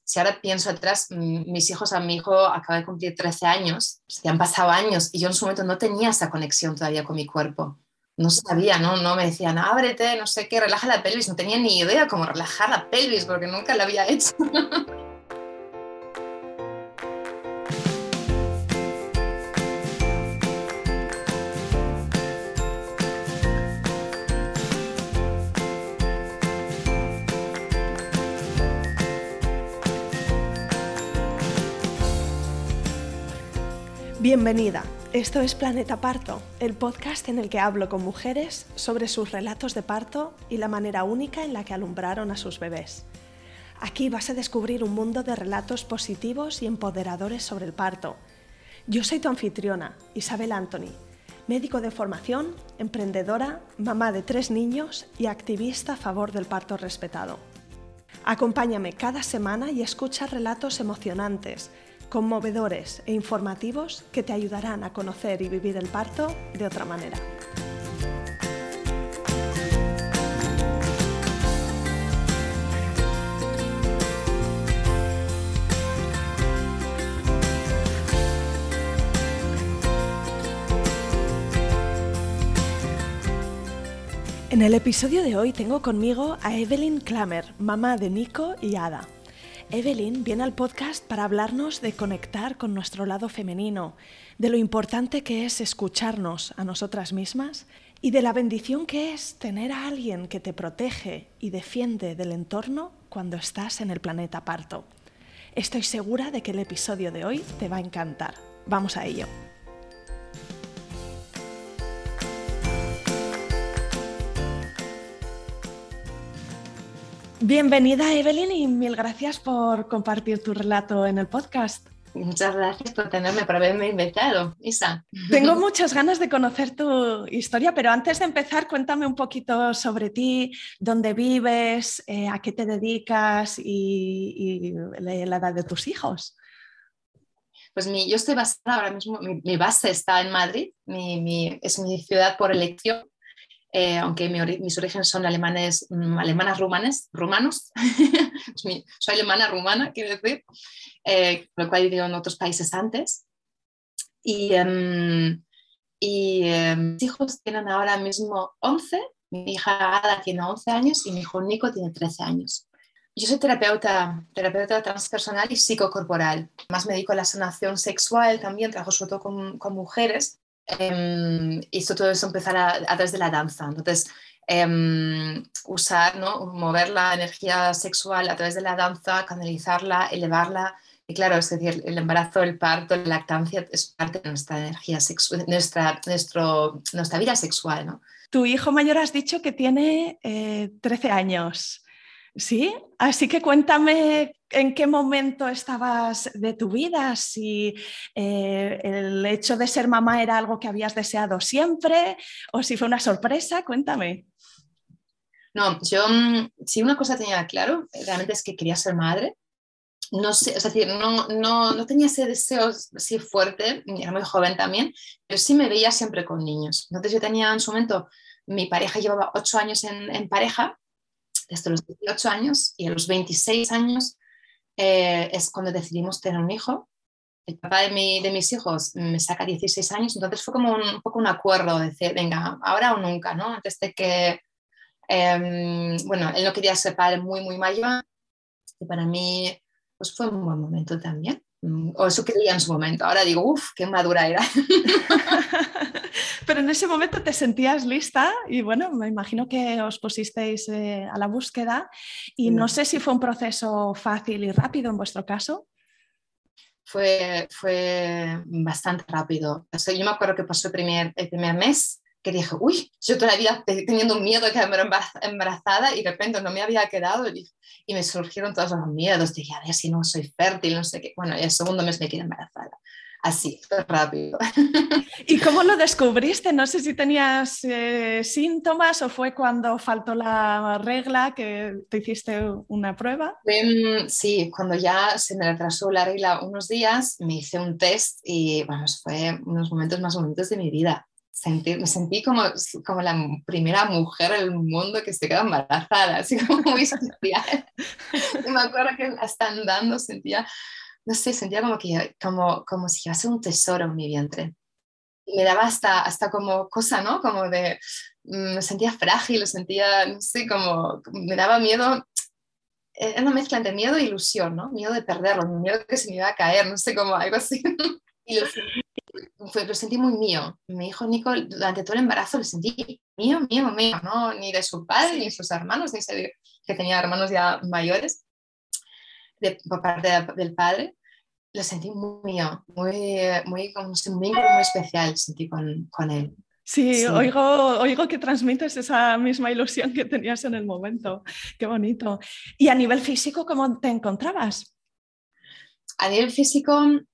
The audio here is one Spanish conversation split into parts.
si ahora pienso atrás, mis hijos, a mi hijo acaba de cumplir 13 años, se han pasado años y yo en su momento no tenía esa conexión todavía con mi cuerpo. No sabía, no me decían, ábrete, no sé qué, relaja la pelvis. No tenía ni idea cómo relajar la pelvis porque nunca la había hecho. Bienvenida, esto es Planeta Parto, el podcast en el que hablo con mujeres sobre sus relatos de parto y la manera única en la que alumbraron a sus bebés. Aquí vas a descubrir un mundo de relatos positivos y empoderadores sobre el parto. Yo soy tu anfitriona, Isabel Anthony, médico de formación, emprendedora, mamá de 3 niños y activista a favor del parto respetado. Acompáñame cada semana y escucha relatos emocionantes, conmovedores e informativos que te ayudarán a conocer y vivir el parto de otra manera. En el episodio de hoy tengo conmigo a Evelyn Klamer, mamá de Nico y Ada. Evelyn viene al podcast para hablarnos de conectar con nuestro lado femenino, de lo importante que es escucharnos a nosotras mismas y de la bendición que es tener a alguien que te protege y defiende del entorno cuando estás en el planeta parto. Estoy segura de que el episodio de hoy te va a encantar. Vamos a ello. Bienvenida, Evelyn, y mil gracias por compartir tu relato en el podcast. Muchas gracias por por haberme invitado, Isa. Tengo muchas ganas de conocer tu historia, pero antes de empezar, cuéntame un poquito sobre ti, dónde vives, a qué te dedicas y la edad de tus hijos. Pues yo estoy basada ahora mismo, mi base está en Madrid, es mi ciudad por elección. Aunque mis orígenes son alemanas rumanos, soy alemana rumana, quiero decir, por lo cual he vivido en otros países antes. Y mis hijos tienen ahora mismo 11, mi hija Ada tiene 11 años y mi hijo Nico tiene 13 años. Yo soy terapeuta transpersonal y psicocorporal. Más me dedico a la sanación sexual, también trabajo sobre todo con mujeres. Y todo eso empezar a través de la danza. Entonces, usar, ¿no? Mover la energía sexual a través de la danza, canalizarla, elevarla. Y claro, es decir, el embarazo, el parto, la lactancia es parte de nuestra energía sexual, nuestra vida sexual, ¿no? Tu hijo mayor has dicho que tiene 13 años. Sí, así que cuéntame en qué momento estabas de tu vida, si el hecho de ser mamá era algo que habías deseado siempre o si fue una sorpresa, cuéntame. No, yo si una cosa tenía claro, realmente es que quería ser madre. No sé, es decir, no tenía ese deseo así fuerte, era muy joven también, pero sí me veía siempre con niños. Entonces yo tenía en su momento, mi pareja llevaba 8 años en pareja, desde los 18 años, y a los 26 años es cuando decidimos tener un hijo. El papá de mis hijos me saca 16 años, entonces fue como un poco un acuerdo de decir, venga, ahora o nunca, ¿no? Antes de que, bueno, él no quería ser padre muy, muy mayor, y para mí pues fue un buen momento también. O eso creía en su momento. Ahora digo, uff, qué madura era. Pero en ese momento te sentías lista y bueno, me imagino que os pusisteis a la búsqueda y no sé si fue un proceso fácil y rápido en vuestro caso. Fue bastante rápido. O sea, yo me acuerdo que pasó el primer mes que dije, uy, yo todavía teniendo miedo de quedarme embarazada y de repente no me había quedado y me surgieron todos los miedos. Dije, a ver si no soy fértil, no sé qué. Bueno, y el segundo mes me quedé embarazada. Así, fue rápido. ¿Y cómo lo descubriste? No sé si tenías síntomas o fue cuando faltó la regla que te hiciste una prueba. Sí, cuando ya se me retrasó la regla unos días, me hice un test y bueno, fue unos momentos más bonitos de mi vida. me sentí como la primera mujer del mundo que se queda embarazada, así como muy especial. Y me acuerdo que hasta andando sentía, no sé, sentía como si llevase un tesoro en mi vientre. Y me daba hasta como cosa, ¿no? Como de, me sentía frágil, sentía, no sé, como, me daba miedo, era una mezcla entre miedo e ilusión, ¿no? Miedo de perderlo, miedo que se me iba a caer, no sé, como algo así. Y lo sentí muy mío. Mi hijo Nico, durante todo el embarazo lo sentí mío, mío, mío, ¿no? Ni de su padre, ni de sus hermanos, ni sé que tenía hermanos ya mayores, por parte del padre. Lo sentí muy mío, muy, como un vínculo muy especial sentí con él. Sí, Sí. oigo que transmites esa misma ilusión que tenías en el momento. Qué bonito. Y a nivel físico, ¿cómo te encontrabas? A nivel físico,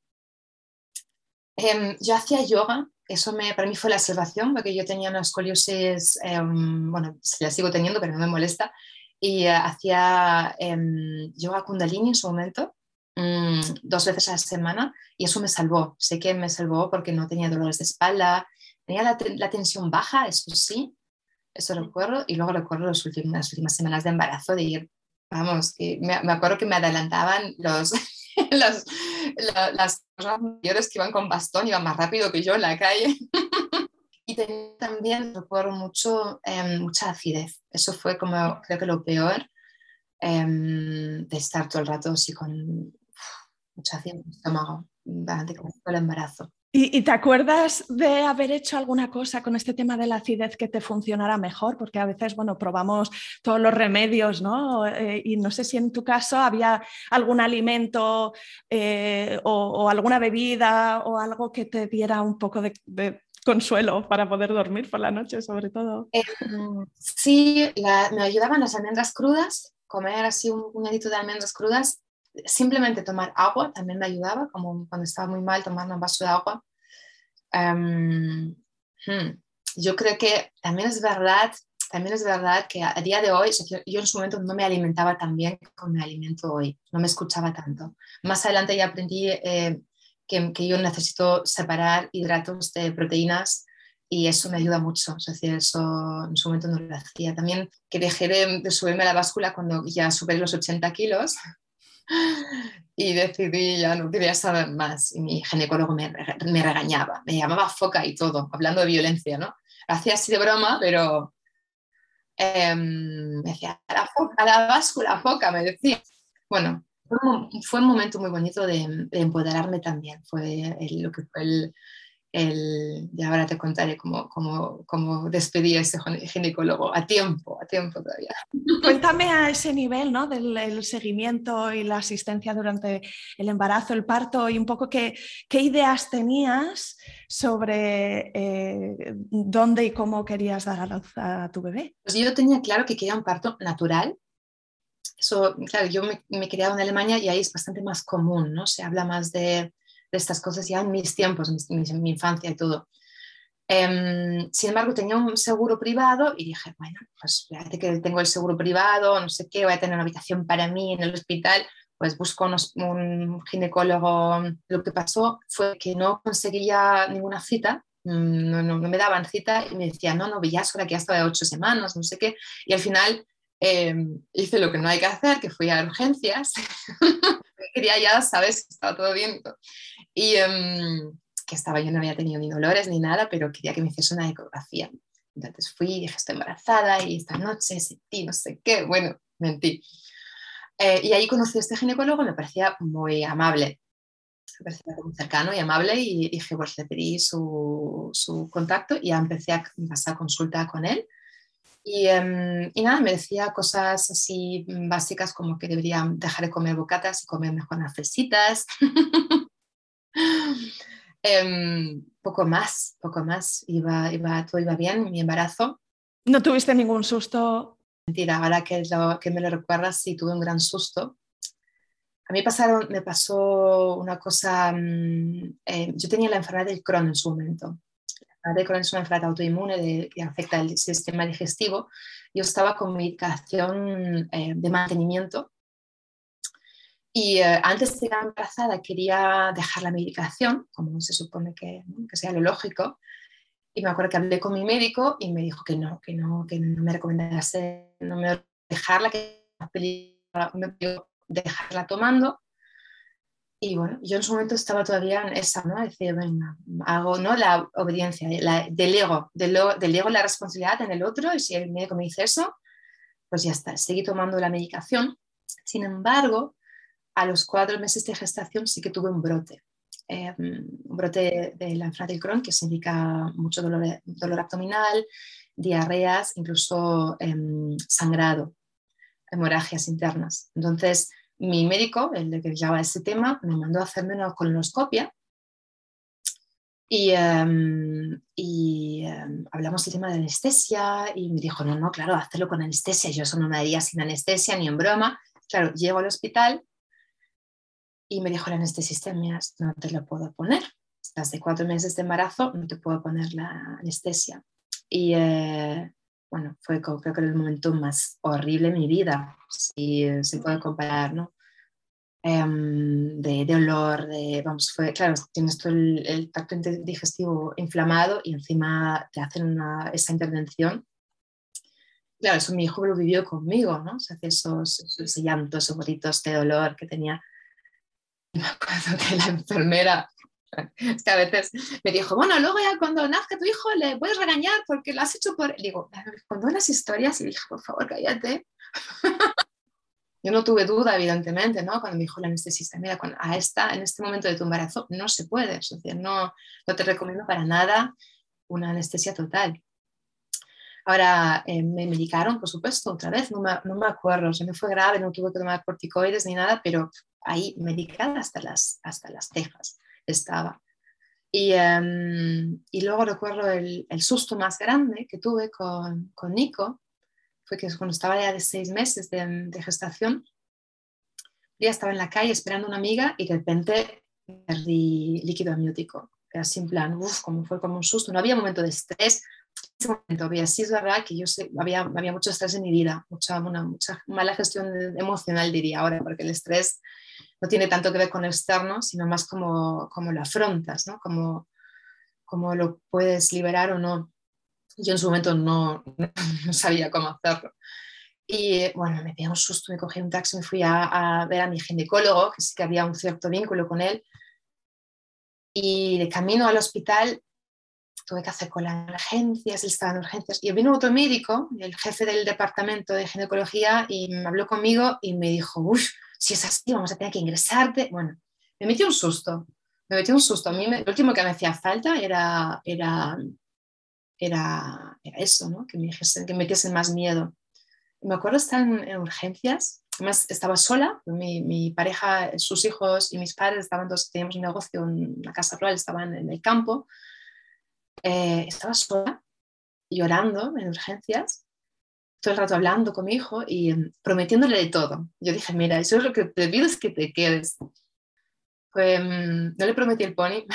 yo hacía yoga, eso para mí fue la salvación, porque yo tenía una escoliosis, bueno, la sigo teniendo, pero no me molesta, y hacía yoga kundalini en su momento, 2 veces a la semana, y eso me salvó. Sé que me salvó porque no tenía dolores de espalda, tenía la tensión baja, eso sí, eso recuerdo, y luego recuerdo las últimas semanas de embarazo de ir, vamos, que me acuerdo que me adelantaban los, las personas mayores que iban con bastón, iban más rápido que yo en la calle. Y también recuerdo mucha acidez. Eso fue como, creo que lo peor, de estar todo el rato así con mucha acidez en el estómago, durante todo el embarazo. ¿Y te acuerdas de haber hecho alguna cosa con este tema de la acidez que te funcionara mejor? Porque a veces, bueno, probamos todos los remedios, ¿no? Y no sé si en tu caso había algún alimento o alguna bebida o algo que te diera un poco de consuelo para poder dormir por la noche, sobre todo. Sí, me ayudaban las almendras crudas, comer así un hedito de almendras crudas, simplemente tomar agua también me ayudaba, como cuando estaba muy mal, tomar un vaso de agua. Um, hmm, yo creo que también es verdad que a día de hoy, o sea, yo en su momento no me alimentaba tan bien como me alimento hoy, no me escuchaba tanto. Más adelante ya aprendí que yo necesito separar hidratos de proteínas y eso me ayuda mucho. Es decir, eso en su momento no lo hacía. También que dejé de subirme a la báscula cuando ya superé los 80 kilos y decidí ya no quería saber más. Y mi ginecólogo me regañaba, me llamaba foca y todo, hablando de violencia, ¿no? Hacía así de broma, pero me decía, a la báscula, foca, me decía. Bueno, fue un momento muy bonito de empoderarme también. Fue lo que fue y ahora te contaré cómo despedí a ese ginecólogo a tiempo todavía. Cuéntame a ese nivel, ¿no? Del seguimiento y la asistencia durante el embarazo, el parto y un poco qué ideas tenías sobre dónde y cómo querías dar a luz a tu bebé. Pues yo tenía claro que quería un parto natural. Eso, claro, yo me criaba en Alemania y ahí es bastante más común, ¿no? Se habla más de estas cosas ya en mis tiempos, en mi infancia y todo. Sin embargo, tenía un seguro privado y dije, bueno, pues fíjate que tengo el seguro privado, no sé qué, voy a tener una habitación para mí en el hospital, pues busco un ginecólogo. Lo que pasó fue que no conseguía ninguna cita, no me daban cita y me decían, no, ya es hora que ya estaba de 8 semanas, no sé qué, y al final hice lo que no hay que hacer, que fui a urgencias, quería ya, sabes, estaba todo bien. Y que estaba, yo no había tenido ni dolores ni nada, pero quería que me hiciese una ecografía. Entonces fui y dije, estoy embarazada y esta noche sentí no sé qué, bueno, mentí. Y ahí conocí a este ginecólogo, me parecía muy amable, me parecía muy cercano y amable y dije, pues le pedí su contacto y ya empecé a pasar consulta con él. Y nada, me decía cosas así básicas como que debería dejar de comer bocatas y comer mejor unas fresitas. Poco más, todo iba bien, mi embarazo. ¿No tuviste ningún susto? Mentira, ahora que me lo recuerdas, sí, tuve un gran susto. A mí me pasó una cosa, yo tenía la enfermedad del Crohn en su momento. La enfermedad del Crohn es una enfermedad autoinmune que afecta el sistema digestivo. Yo estaba con medicación de mantenimiento y antes de estar embarazada quería dejar la medicación, como se supone que, ¿no? Que sea lo lógico. Y me acuerdo que hablé con mi médico y me dijo que no me recomendase, no me dejarla, que me pidió dejarla tomando. Y bueno, yo en su momento estaba todavía en esa, ¿no? Decía, venga, hago, ¿no? La obediencia, delego la responsabilidad en el otro, y si el médico me dice eso, pues ya está, seguí tomando la medicación. Sin embargo, a los 4 meses de gestación sí que tuve un brote de la enfermedad del Crohn, que significa mucho dolor abdominal, diarreas, incluso sangrado, hemorragias internas. Entonces, mi médico, el que llevaba ese tema, me mandó a hacerme una colonoscopia y hablamos del tema de anestesia y me dijo, no, claro, hacerlo con anestesia, yo eso no me daría sin anestesia ni en broma. Claro, llego al hospital y me dijo el anestesista, mira, no te lo puedo poner, estás de 4 meses de embarazo, no te puedo poner la anestesia. Y bueno, fue creo que el momento más horrible de mi vida, si se puede comparar, ¿no? De olor, vamos, fue, claro, tienes todo el tracto digestivo inflamado y encima te hacen esa intervención. Claro, eso mi hijo lo vivió conmigo, ¿no? Se hace ese llanto, esos gritos de dolor que tenía. Me acuerdo que la enfermera, es que a veces me dijo, bueno, luego ya cuando nazca tu hijo le puedes regañar porque lo has hecho por... Digo, cuando las historias y dije, por favor, cállate. Yo no tuve duda, evidentemente, ¿no? Cuando me dijo el anestesista, mira, en este momento de tu embarazo no se puede, es decir, no te recomiendo para nada una anestesia total. Ahora, me medicaron, por supuesto, otra vez, no me acuerdo, se me fue grave, no tuve que tomar corticoides ni nada, pero ahí medicada hasta las cejas estaba. Y luego recuerdo el susto más grande que tuve con Nico, fue que cuando estaba ya de 6 meses de gestación, ya estaba en la calle esperando a una amiga y de repente perdí líquido amniótico. Era así en plan, fue como un susto. No había momento de estrés. En ese momento había, sí es verdad que había mucho estrés en mi vida, mucha mala gestión emocional, diría ahora, porque el estrés no tiene tanto que ver con lo externo, sino más como lo afrontas, ¿no? Como lo puedes liberar o no. Yo en su momento no sabía cómo hacerlo. Y bueno, me pegué un susto, me cogí un taxi, me fui a ver a mi ginecólogo, que sí que había un cierto vínculo con él. Y de camino al hospital tuve que hacer cola en urgencias, él estaba en urgencias. Y vino otro médico, el jefe del departamento de ginecología, y me habló conmigo y me dijo, uff, si es así, vamos a tener que ingresarte. Bueno, me metió un susto. Me metió un susto. A mí lo último que me hacía falta era eso, ¿no? Que me metiesen más miedo. Me acuerdo estar en urgencias, además estaba sola, mi pareja, sus hijos y mis padres teníamos un negocio en una casa rural, estaban en el campo, estaba sola, llorando en urgencias, todo el rato hablando con mi hijo y prometiéndole de todo. Yo dije, mira, eso es lo que te pido, es que te quedes. Pues no le prometí el pony,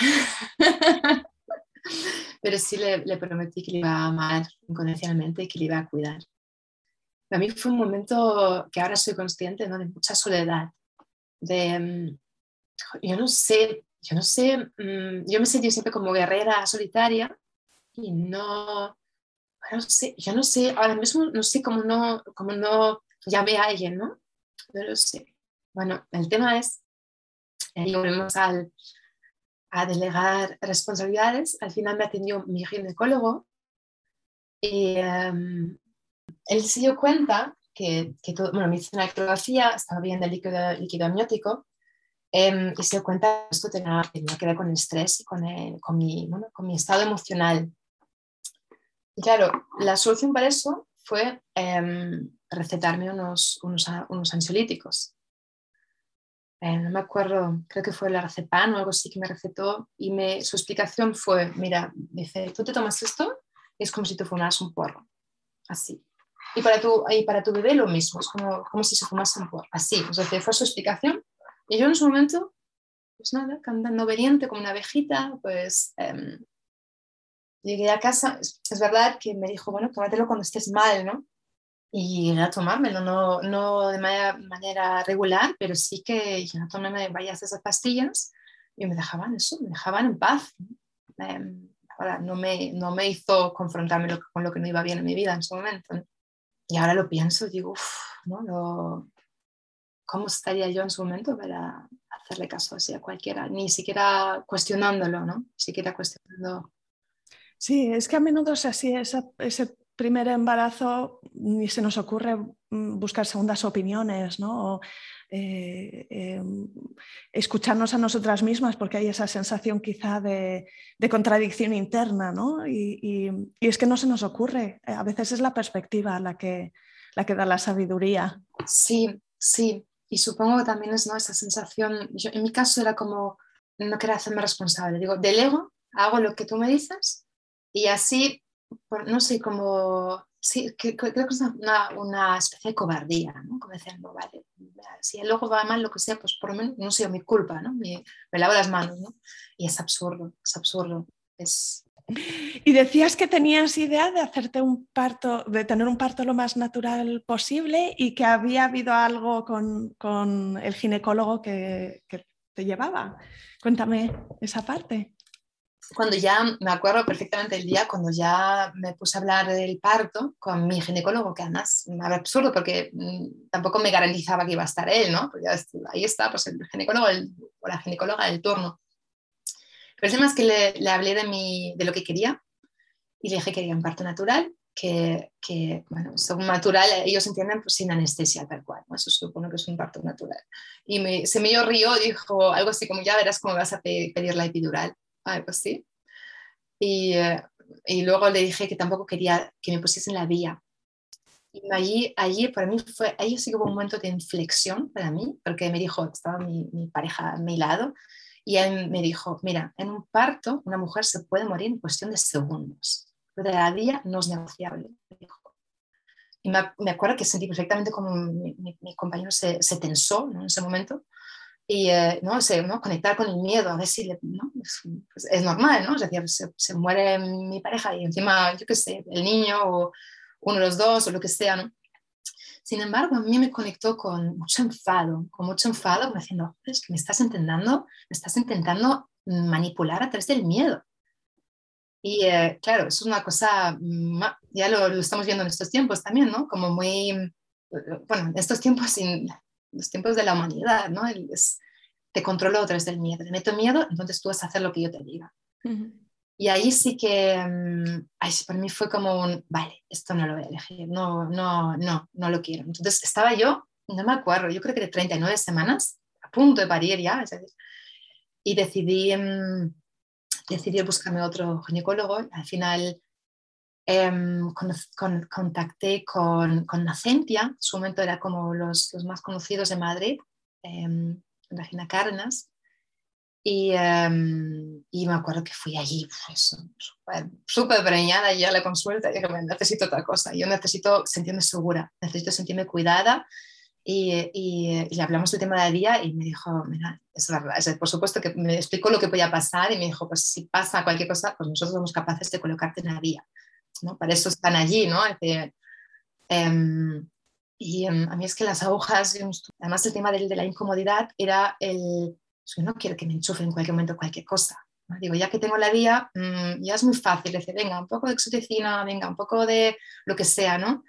pero sí le prometí que le iba a amar incondicionalmente y que le iba a cuidar. Para mí fue un momento que ahora soy consciente, ¿no? De mucha soledad, de, yo no sé, yo me he sentido siempre como guerrera solitaria y no sé, yo no sé, ahora mismo no sé cómo no llamé a alguien, ¿no? No lo sé. Bueno, el tema es, y volvemos a delegar responsabilidades. Al final me atendió mi ginecólogo y él se dio cuenta que todo, bueno, me hizo una ecografía, estaba bien del líquido amniótico, y se dio cuenta que esto tenía que ver con el estrés y con mi estado emocional. Y claro, la solución para eso fue recetarme unos ansiolíticos. No me acuerdo, creo que fue la Razepam o algo así que me recetó y su explicación fue, mira, dice, tú te tomas esto y es como si te fumaras un porro, así. Y para tu bebé lo mismo, es como si se fumase un porro, así. O sea, fue su explicación. Y yo en su momento, pues nada, andando obediente como una abejita, pues llegué a casa. Es verdad que me dijo, bueno, tómatelo cuando estés mal, ¿no? Y llegué a tomármelo, no de manera regular, pero sí que yo no tomé varias de esas pastillas y me dejaban en paz. ahora no me hizo confrontarme con lo que no iba bien en mi vida en ese momento, ¿no? Y ahora lo pienso y digo, uff, ¿no? ¿Cómo estaría yo en su momento para hacerle caso así a cualquiera? Ni siquiera cuestionándolo, ¿no? Ni siquiera cuestionando. Sí, es que a menudo es así, ese primer embarazo ni se nos ocurre buscar segundas opiniones, ¿no? O, escucharnos a nosotras mismas, porque hay esa sensación quizá de contradicción interna, ¿no? Y es que no se nos ocurre, a veces es la perspectiva la que da la sabiduría. Sí, sí, y supongo que también es, ¿no? Esa sensación, en mi caso era como, no quería hacerme responsable, digo, delego, hago lo que tú me dices y así, no sé, como, sí, creo que es una especie de cobardía, ¿no? Como diciendo, vale, si luego va mal, lo que sea, pues por lo menos no ha sido mi culpa, ¿no? Me lavo las manos, ¿no? Y es absurdo, es... Y decías que tenías idea de hacerte un parto, de tener un parto lo más natural posible y que había habido algo con el ginecólogo que te llevaba. Cuéntame esa parte. Cuando ya, me acuerdo perfectamente el día, cuando ya me puse a hablar del parto con mi ginecólogo, que además era absurdo porque tampoco me garantizaba que iba a estar él, ¿no? Pues ya ahí está, pues el ginecólogo o la ginecóloga del turno. Pero el tema es que le hablé de lo que quería y le dije que quería un parto natural, bueno, según natural, ellos entienden pues sin anestesia tal cual, ¿no? Eso supone que es un parto natural. Y se me rió, dijo algo así como, ya verás cómo vas a pedir la epidural, algo así. Y, y luego le dije que tampoco quería que me pusiesen la vía. Y allí para mí ahí sí que hubo un momento de inflexión para mí, porque me dijo, estaba mi pareja a mi lado, y él me dijo, mira, en un parto una mujer se puede morir en cuestión de segundos, pero de la vía no es negociable, me dijo. Y me acuerdo que sentí perfectamente como mi compañero se tensó, ¿no? En ese momento, y no sé, ¿no? Conectar con el miedo, a ver si ¿no? Pues es normal, ¿no? Es decir, se muere mi pareja y encima, yo qué sé, el niño o uno de los dos o lo que sea, ¿no? Sin embargo, a mí me conectó con mucho enfado, como diciendo, es que me estás intentando manipular a través del miedo. Y claro, eso es una cosa, ya lo estamos viendo en estos tiempos también, ¿no? Como muy, bueno, en estos tiempos, los tiempos de la humanidad, ¿no? Te controlo a través del miedo, te meto miedo, entonces tú vas a hacer lo que yo te diga. Uh-huh. Y ahí sí que, para mí fue como vale, esto no lo voy a elegir, no lo quiero. Entonces estaba yo, no me acuerdo, yo creo que de 39 semanas, a punto de parir ya, es decir, y decidí buscarme otro ginecólogo. Al final contacté con Nacentia, en su momento era como los más conocidos de Madrid, Regina Cárdenas. Y me acuerdo que fui allí, pues, súper preñada, y ya la consulta, y dije, necesito otra cosa, yo necesito sentirme segura, necesito sentirme cuidada, y le hablamos del tema de la vía y me dijo, mira, es verdad, por supuesto que me explicó lo que podía pasar y me dijo, pues si pasa cualquier cosa, pues nosotros somos capaces de colocarte en la vía, ¿no? Para eso están allí, ¿no? A mí es que las agujas, además el tema de la incomodidad era yo no quiero que me enchufen en cualquier momento cualquier cosa, ¿no? Digo, ya que tengo la vía, ya es muy fácil decir, venga, un poco de exoticina, venga, un poco de lo que sea, ¿no?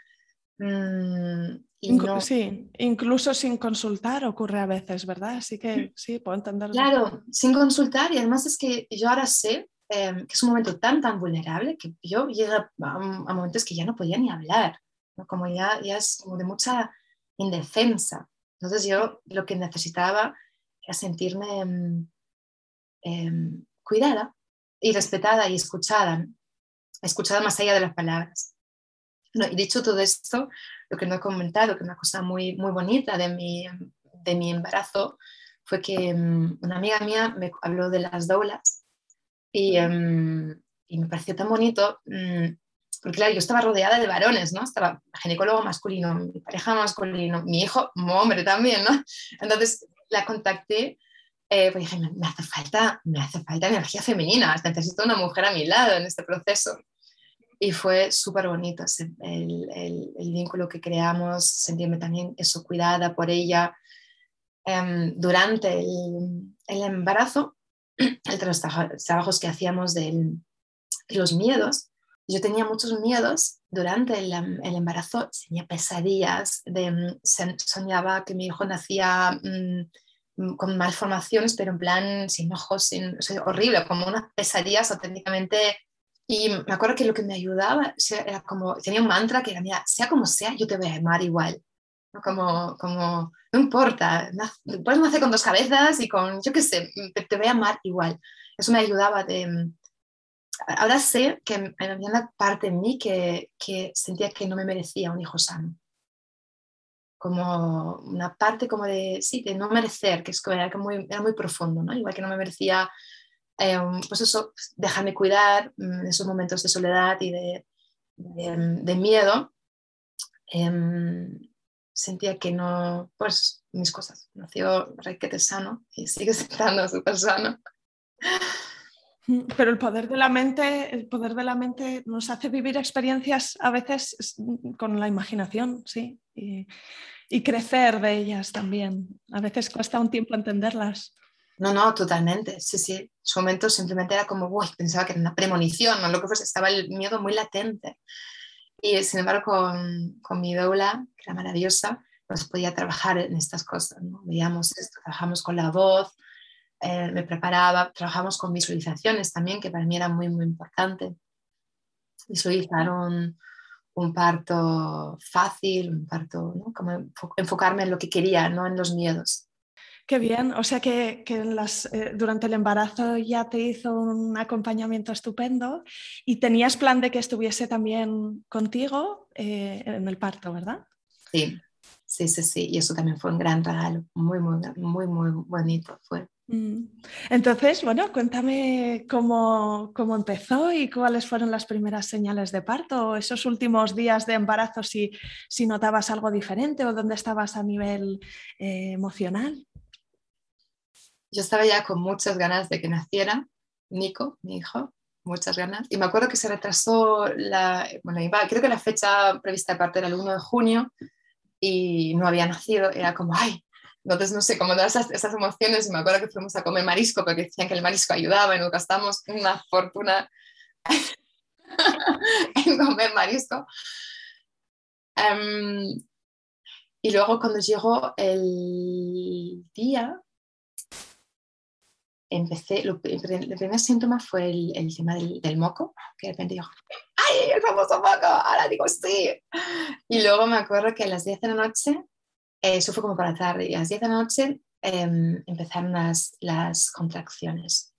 Y no, Sí, incluso sin consultar ocurre a veces, ¿verdad? Así que sí, puedo entenderlo. claro, sin consultar, y además es que yo ahora sé que es un momento tan vulnerable que yo llegué a momentos que ya no podía ni hablar, ¿no? Como ya es como de mucha indefensa. Entonces yo lo que necesitaba era sentirme cuidada y respetada y escuchada, ¿no? Escuchada más allá de las palabras. No, y dicho todo esto, lo que no he comentado, que una cosa muy bonita de mi embarazo, fue que una amiga mía me habló de las doulas y me pareció tan bonito, porque claro, yo estaba rodeada de varones, ¿no? Estaba ginecólogo masculino, mi pareja masculino, mi hijo, hombre también, ¿no? Entonces la contacté, pues dije, me hace falta energía femenina, necesito una mujer a mi lado en este proceso. Y fue súper bonito el vínculo que creamos, sentirme también eso, cuidada por ella. Durante el embarazo, entre los trabajos que hacíamos Y los miedos, yo tenía muchos miedos durante el embarazo, tenía pesadillas, soñaba que mi hijo nacía con malformaciones, pero en plan sin ojos, o sea, horrible, como unas pesadillas auténticamente. Y me acuerdo que lo que me ayudaba era como, tenía un mantra que era, mira, sea como sea, yo te voy a amar igual. ¿No? Como, no importa, puedes nacer con dos cabezas y con, yo qué sé, te voy a amar igual. Eso me ayudaba ahora sé que había una parte en mí que sentía que no me merecía un hijo sano. Como una parte como sí, de no merecer, que era muy profundo, ¿no? Igual que no me merecía, pues eso, dejarme cuidar en esos momentos de soledad y de miedo. Sentía que no, pues mis cosas, nació requete sano y sigue estando súper sano. Pero el poder de la mente nos hace vivir experiencias a veces con la imaginación, sí, y crecer de ellas también. A veces cuesta un tiempo entenderlas. No, totalmente, sí, sí. En su momento simplemente era como, uy, pensaba que era una premonición, no lo que fuese, estaba el miedo muy latente. Y sin embargo, con mi doula, que era maravillosa, pues podía trabajar en estas cosas, ¿no? Veíamos esto, trabajamos con la voz, me preparaba, trabajamos con visualizaciones también, que para mí era muy, muy importante. Visualizar un parto fácil, un parto, ¿no? Como enfocarme en lo que quería, no en los miedos. Qué bien, o sea que durante el embarazo ya te hizo un acompañamiento estupendo y tenías plan de que estuviese también contigo en el parto, ¿verdad? Sí, sí, sí, sí. Y eso también fue un gran regalo, muy, muy, muy, muy bonito fue. Entonces, bueno, cuéntame cómo empezó y cuáles fueron las primeras señales de parto, esos últimos días de embarazo, si notabas algo diferente o dónde estabas a nivel emocional. Yo estaba ya con muchas ganas de que naciera Nico, mi hijo, muchas ganas. Y me acuerdo que se retrasó creo que la fecha prevista de parto era el 1 de junio y no había nacido, era como, ay, entonces no sé, como todas esas emociones. Y me acuerdo que fuimos a comer marisco porque decían que el marisco ayudaba y nos gastamos una fortuna en comer marisco. Um, y luego cuando llegó el día, el primer síntoma fue el tema del moco, que de repente dijo, ¡ay, el famoso moco! Ahora digo, sí. Y luego me acuerdo que a las 10 de la noche, eso fue como para la tarde, y a las 10 de la noche empezaron las contracciones.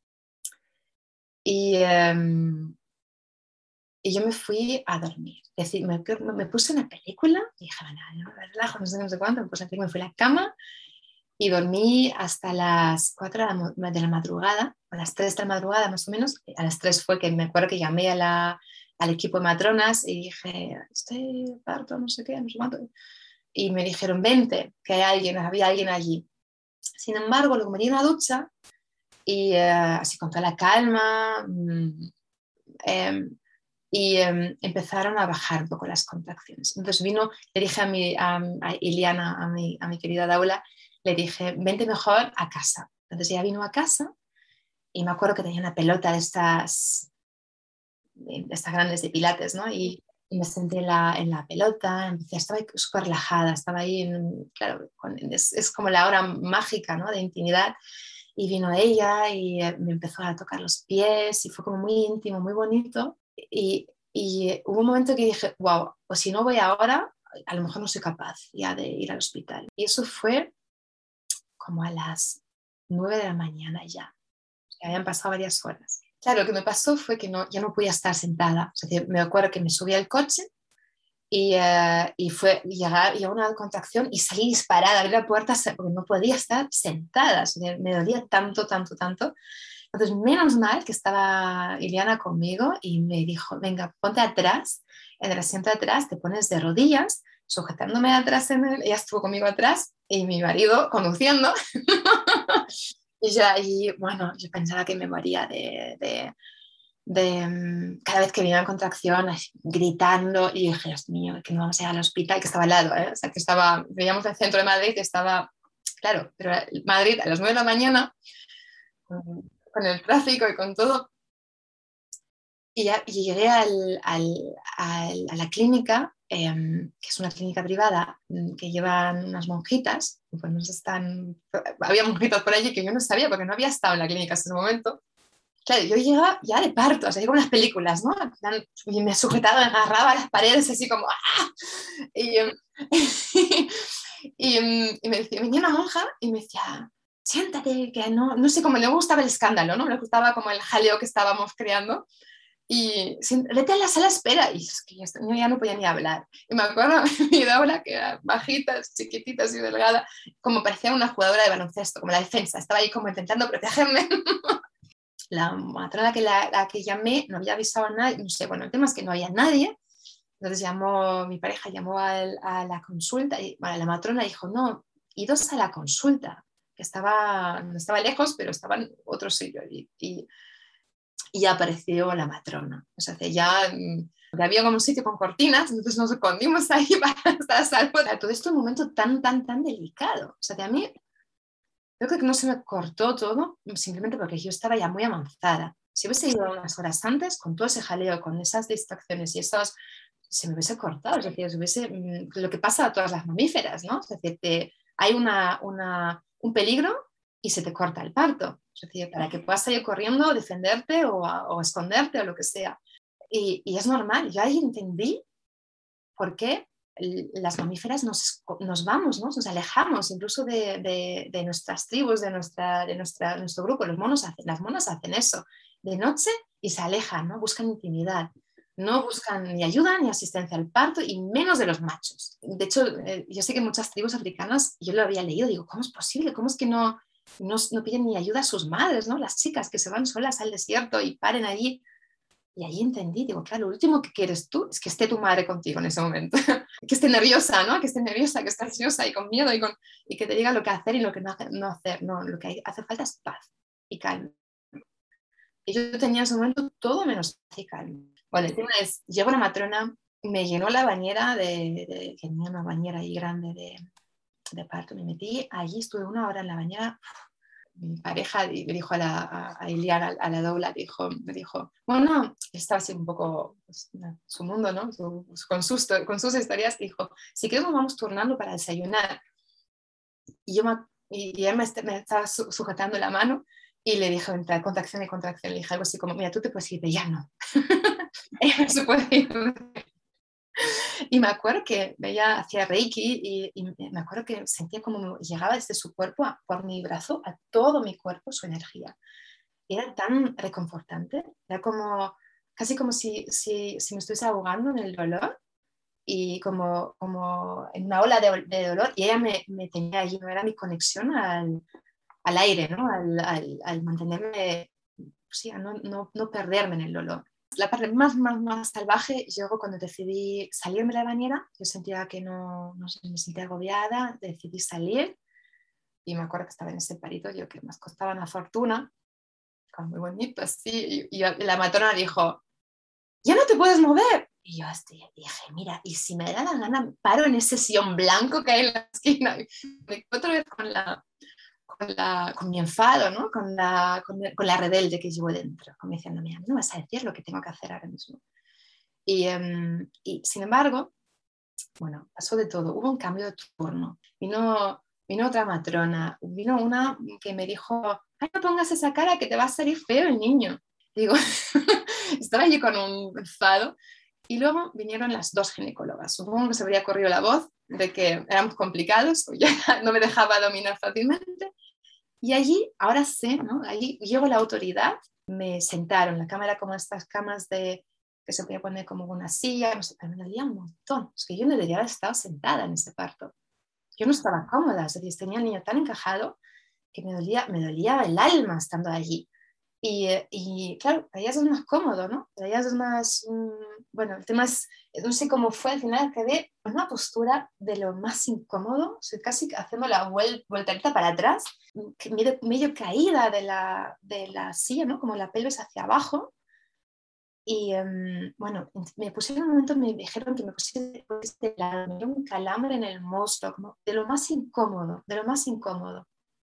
Y yo me fui a dormir. Es decir, me puse una película y dije, no, me relajo, no sé cuánto, me puse una película, me fui a la cama y dormí hasta las 4 de la madrugada, a las 3 de la madrugada más o menos. A las 3 fue que me acuerdo que llamé al equipo de matronas y dije, estoy parto, no sé qué, no sé cuánto. Y me dijeron, vente, que había alguien allí. Sin embargo, luego me di una ducha y así con toda la calma, empezaron a bajar un poco las contracciones. Entonces le dije a Iliana, a mi querida Daula, le dije, vente mejor a casa. Entonces ella vino a casa y me acuerdo que tenía una pelota de estas grandes de pilates, ¿no? Y me senté en la pelota, estaba súper relajada, estaba ahí, claro, es como la hora mágica, ¿no? De intimidad. Y vino ella y me empezó a tocar los pies y fue como muy íntimo, muy bonito. Y hubo un momento que dije, wow, pues si no voy ahora, a lo mejor no soy capaz ya de ir al hospital. Y eso fue como a las 9 de la mañana ya. O sea, habían pasado varias horas. Claro, lo que me pasó fue que ya no podía estar sentada. O sea, me acuerdo que me subí al coche y fue llegar a una contracción y salí disparada, abrí la puerta porque no podía estar sentada. O sea, me dolía tanto, tanto, tanto. Entonces, menos mal que estaba Iliana conmigo y me dijo, venga, ponte atrás, en el asiento de atrás, te pones de rodillas, sujetándome atrás ella estuvo conmigo atrás y mi marido conduciendo. Y bueno, yo pensaba que me moría cada vez que venía en contracción, gritando, y dije, Dios mío, que no vamos a ir al hospital, que estaba al lado, ¿eh? O sea, que veíamos el centro de Madrid, estaba, claro, pero Madrid a las 9 de la mañana, con el tráfico y con todo. Y llegué a la clínica, que es una clínica privada, que llevan unas monjitas, y pues había monjitas por allí que yo no sabía porque no había estado en la clínica hasta ese momento. Claro, yo llegaba ya de parto, o sea, como las películas, ¿no? Y me sujetaba, me agarraba a las paredes así como ¡ah! Y, y me decía, venía una monja y me decía, siéntate, que no sé cómo, no me gustaba el escándalo, ¿no? Me gustaba como el jaleo que estábamos creando. Y vete a la sala de espera. Y es que yo ya no podía ni hablar. Y me acuerdo mi Daura, que era bajita, chiquitita, así delgada, como parecía una jugadora de baloncesto, como la defensa. Estaba ahí como intentando protegerme. La matrona la que llamé no había avisado a nadie. No sé, bueno, el tema es que no había nadie. Entonces mi pareja llamó a la consulta y bueno, la matrona dijo, no, idos a la consulta, que no estaba lejos, pero estaba en otro sitio. Y ya apareció la matrona. O sea, había como un sitio con cortinas, entonces nos escondimos ahí para estar a salvo. Todo esto es un momento tan delicado. O sea, que a mí, yo creo que no se me cortó todo simplemente porque yo estaba ya muy avanzada. Si hubiese ido unas horas antes, con todo ese jaleo, con esas distracciones y esos, se me hubiese cortado. Es decir, lo que pasa a todas las mamíferas, ¿no? Es decir, hay un peligro y se te corta el parto. Es decir, para que puedas salir corriendo, defenderte o esconderte o lo que sea. Y es normal. Yo ahí entendí por qué las mamíferas nos vamos, ¿no? Nos alejamos incluso de nuestras tribus, de nuestro grupo. Las monas hacen eso de noche y se alejan, ¿no? Buscan intimidad. No buscan ni ayuda ni asistencia al parto y menos de los machos. De hecho, yo sé que muchas tribus africanas, yo lo había leído, digo, ¿cómo es posible? ¿Cómo es que no piden ni ayuda a sus madres, ¿no? Las chicas que se van solas al desierto y paren allí. Y ahí entendí, digo, claro, lo último que quieres tú es que esté tu madre contigo en ese momento, que esté nerviosa, ¿no? Que esté nerviosa, que esté ansiosa y con miedo y que te diga lo que hacer y lo que no hacer. No, lo que hace falta es paz y calma. Y yo tenía en ese momento todo menos paz y calma. Bueno, el tema es, llegó una matrona, me llenó la bañera tenía una bañera ahí grande de parto, me metí, allí estuve 1 hora en la bañera. Mi pareja le dijo a Iliana, a la doula, me dijo, bueno, estaba así un poco pues, su mundo, ¿no? Con sus historias, dijo, si queremos vamos turnando para desayunar. Y él me estaba sujetando la mano y le dije, entre contracción y contracción, le dije algo así como, mira, tú te puedes ir, de ya no. Ella no se puede ir. Y me acuerdo que ella hacía Reiki y me acuerdo que sentía como llegaba desde su cuerpo por mi brazo a todo mi cuerpo su energía. Era tan reconfortante, era casi como si me estuviese ahogando en el dolor y como en una ola de dolor y ella me tenía allí, no era mi conexión al aire, ¿no? Al mantenerme, sí, a no perderme en el dolor. La parte más salvaje llegó cuando decidí salirme de la bañera. Yo sentía que no sé, me sentía agobiada, decidí salir y me acuerdo que estaba en ese parito, yo que me costaba una fortuna, muy bonito así, y la matrona dijo, ya no te puedes mover. Y yo dije, mira, y si me da la gana, paro en ese sillón blanco que hay en la esquina, y me otra vez con mi enfado, ¿no? con la rebelde que llevo dentro, como diciéndome, a mí no vas a decir lo que tengo que hacer ahora mismo. Y sin embargo, bueno, pasó de todo, hubo un cambio de turno, vino otra matrona, vino una que me dijo, ay, no pongas esa cara que te va a salir feo el niño. Digo, estaba allí con un enfado. Y luego vinieron las 2 ginecólogas. Supongo que se habría corrido la voz de que éramos complicados, o ya no me dejaba dominar fácilmente. Y allí, ahora sé, ¿no? Allí llegó la autoridad, me sentaron, la cámara como estas camas que se podía poner como una silla, no sé, pero me dolía un montón. Es que yo no debería haber estado sentada en ese parto. Yo no estaba cómoda, es decir, tenía el niño tan encajado que me dolía el alma estando allí. Y claro, para ellas es más cómodo, ¿no? Para ellas es más, bueno, el tema es, no sé cómo fue, al final quedé en una postura de lo más incómodo, o sea, casi haciendo la voltereta para atrás, medio caída de la silla, ¿no? Como la pelvis hacia abajo. Y bueno, me pusieron un momento, me dijeron que me pusiese de lado, me dio un calambre en el monstruo, como de lo más incómodo, de lo más incómodo.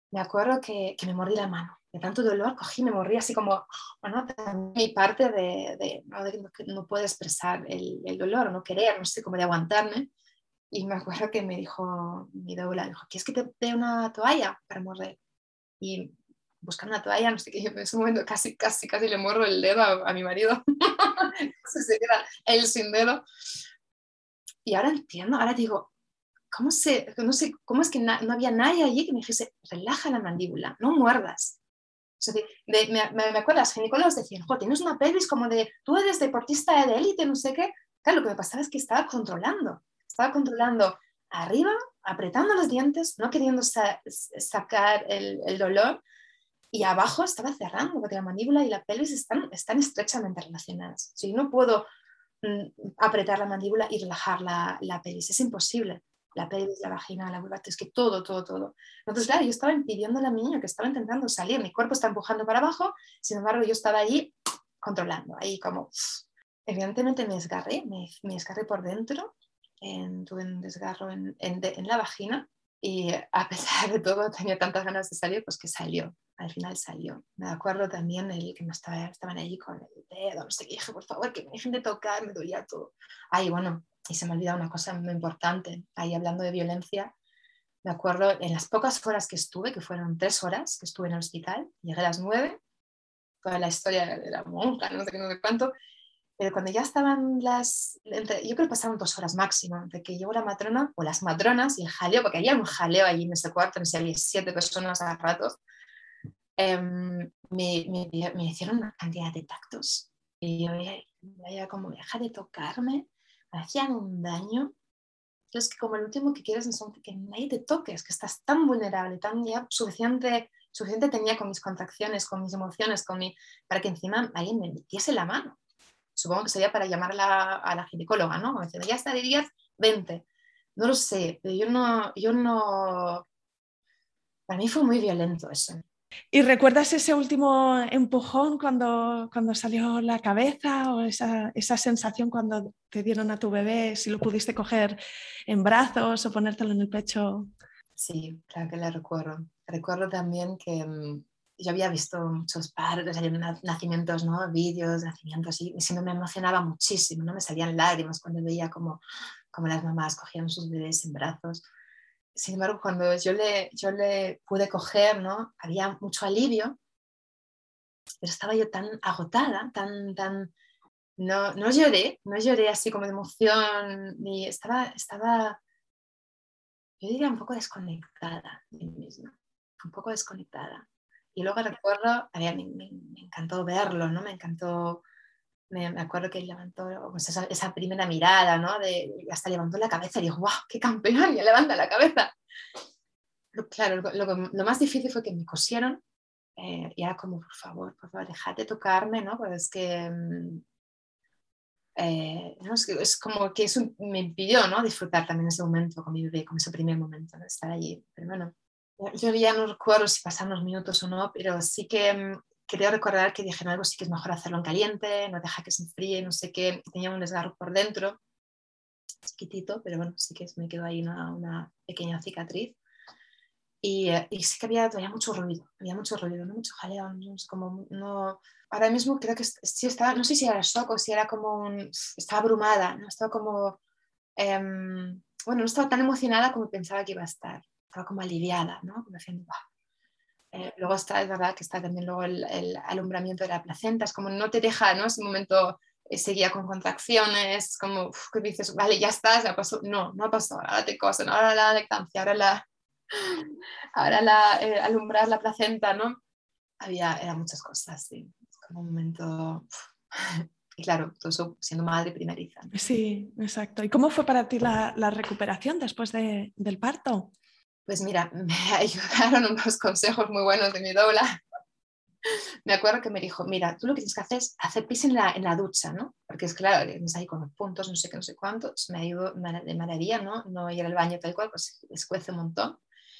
me acuerdo que me mordí la mano. De tanto dolor cogí, me mordí así como, bueno, mi parte ¿no? de que no puedo expresar el dolor, no querer, no sé cómo de aguantarme. Y me acuerdo que me dijo mi doula, dijo, ¿quieres que te dé una toalla para morder? Y buscando una toalla, no sé qué, en ese momento casi le morro el dedo a mi marido. Se queda él sin dedo. Y ahora entiendo, ahora digo, no sé, cómo es que no había nadie allí que me dijese, relaja la mandíbula, no muerdas. O sea, me acuerdo, los ginecólogos decían, tienes una pelvis como de, tú eres deportista de élite, no sé qué. Claro, lo que me pasaba es que estaba controlando arriba, apretando los dientes, no queriendo sacar el dolor, y abajo estaba cerrando, porque la mandíbula y la pelvis están estrechamente relacionadas. Si no puedo apretar la mandíbula y relajar la pelvis, es imposible. La pelvis, la vagina, la vulva, es que todo. Entonces, claro, yo estaba impidiendo a mi niño, que estaba intentando salir, mi cuerpo está empujando para abajo, sin embargo, yo estaba ahí controlando, ahí como, evidentemente me desgarré por dentro, tuve un desgarro en la vagina, y a pesar de todo tenía tantas ganas de salir, pues que salió. Al final salió. Me acuerdo también que estaban allí con el dedo, no sé qué, dije, por favor, que me dejen de tocar, me dolía todo. Ay, bueno, y se me ha olvidado una cosa muy importante, ahí hablando de violencia, me acuerdo en las pocas horas que estuve, que fueron 3 horas que estuve en el hospital, llegué a las 9, toda la historia de la monja, no sé qué, no sé cuánto, pero cuando ya estaban yo creo que pasaron 2 horas máximo, entre que llegó la matrona o las matronas y el jaleo, porque había un jaleo allí en ese cuarto, no sé, había 7 personas a ratos, me hicieron una cantidad de tactos. Y yo veía como, deja de tocarme, me hacían un daño. Entonces, que como el último que quieres es que nadie te toque, es que estás tan vulnerable, tan ya suficiente tenía con mis contracciones, con mis emociones, para que encima alguien me metiese la mano. Supongo que sería para llamar a la ginecóloga, ¿no? Me decía, ya está de 10, 20. No lo sé, pero yo no, para mí fue muy violento eso. ¿Y recuerdas ese último empujón cuando salió la cabeza o esa sensación cuando te dieron a tu bebé, si lo pudiste coger en brazos o ponértelo en el pecho? Sí, claro que la recuerdo. Recuerdo también que yo había visto muchos partos, nacimientos, ¿no? Vídeos, nacimientos, y siempre me emocionaba muchísimo, ¿no? Me salían lágrimas cuando veía como las mamás cogían sus bebés en brazos. Sin embargo, cuando yo le pude coger, ¿no? Había mucho alivio, pero estaba yo tan agotada, no lloré así como de emoción, ni estaba, yo diría un poco desconectada de mí misma, un poco desconectada. Y luego recuerdo, me encantó verlo, ¿no? Me encantó, me acuerdo que levantó pues esa primera mirada, ¿no? Hasta levantó la cabeza y dijo, ¡wow, qué campeón! Ya levanta la cabeza. Claro, lo más difícil fue que me cosieron, y era como, por favor, dejad de tocarme, ¿no? Pues es que, no, es como que eso me impidió, ¿no? Disfrutar también ese momento con mi bebé, con ese primer momento, ¿no? De estar allí. Pero bueno, yo ya no recuerdo si pasaron los minutos o no, pero sí que creo recordar que dije, no, algo sí que es mejor hacerlo en caliente, no deja que se enfríe, no sé qué. Tenía un desgarro por dentro, chiquitito, pero bueno, sí que me quedó ahí una pequeña cicatriz. Y sí que había mucho ruido, ¿no? Mucho jaleo, no sé, como no. Ahora mismo creo que sí estaba, no sé si era shock o si era estaba abrumada, ¿no? Estaba como, bueno, no estaba tan emocionada como pensaba que iba a estar, estaba como aliviada, ¿no? Como diciendo, luego es verdad que está también luego el alumbramiento de la placenta, es como no te deja, ¿no? Ese momento seguía con contracciones, como que dices, vale, ya estás, ya pasó. No, no pasó, ahora te cosen, ahora la lactancia, alumbrar la placenta, ¿no? Eran muchas cosas, sí. Es como un momento. Y claro, todo eso siendo madre primeriza, ¿no? Sí, exacto. ¿Y cómo fue para ti la recuperación después del parto? Pues mira, me ayudaron unos consejos muy buenos de mi doula. Me acuerdo que me dijo, mira, tú lo que tienes que hacer es hacer pis en la ducha, ¿no? Porque es claro, estás ahí con los puntos, no sé qué, no sé cuántos, me ayudó de maravilla, ¿no? No ir al baño tal cual, pues escuece un montón.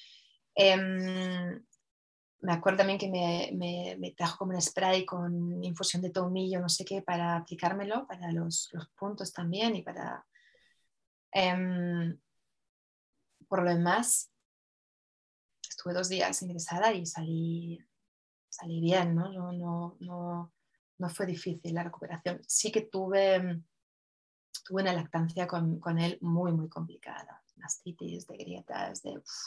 Me acuerdo también que me trajo como un spray con infusión de tomillo, no sé qué, para aplicármelo, para los puntos también y para... Por lo demás, estuve 2 días ingresada y salí bien, ¿no? No fue difícil la recuperación. Sí que tuve una lactancia con él muy, muy complicada. Mastitis, de grietas,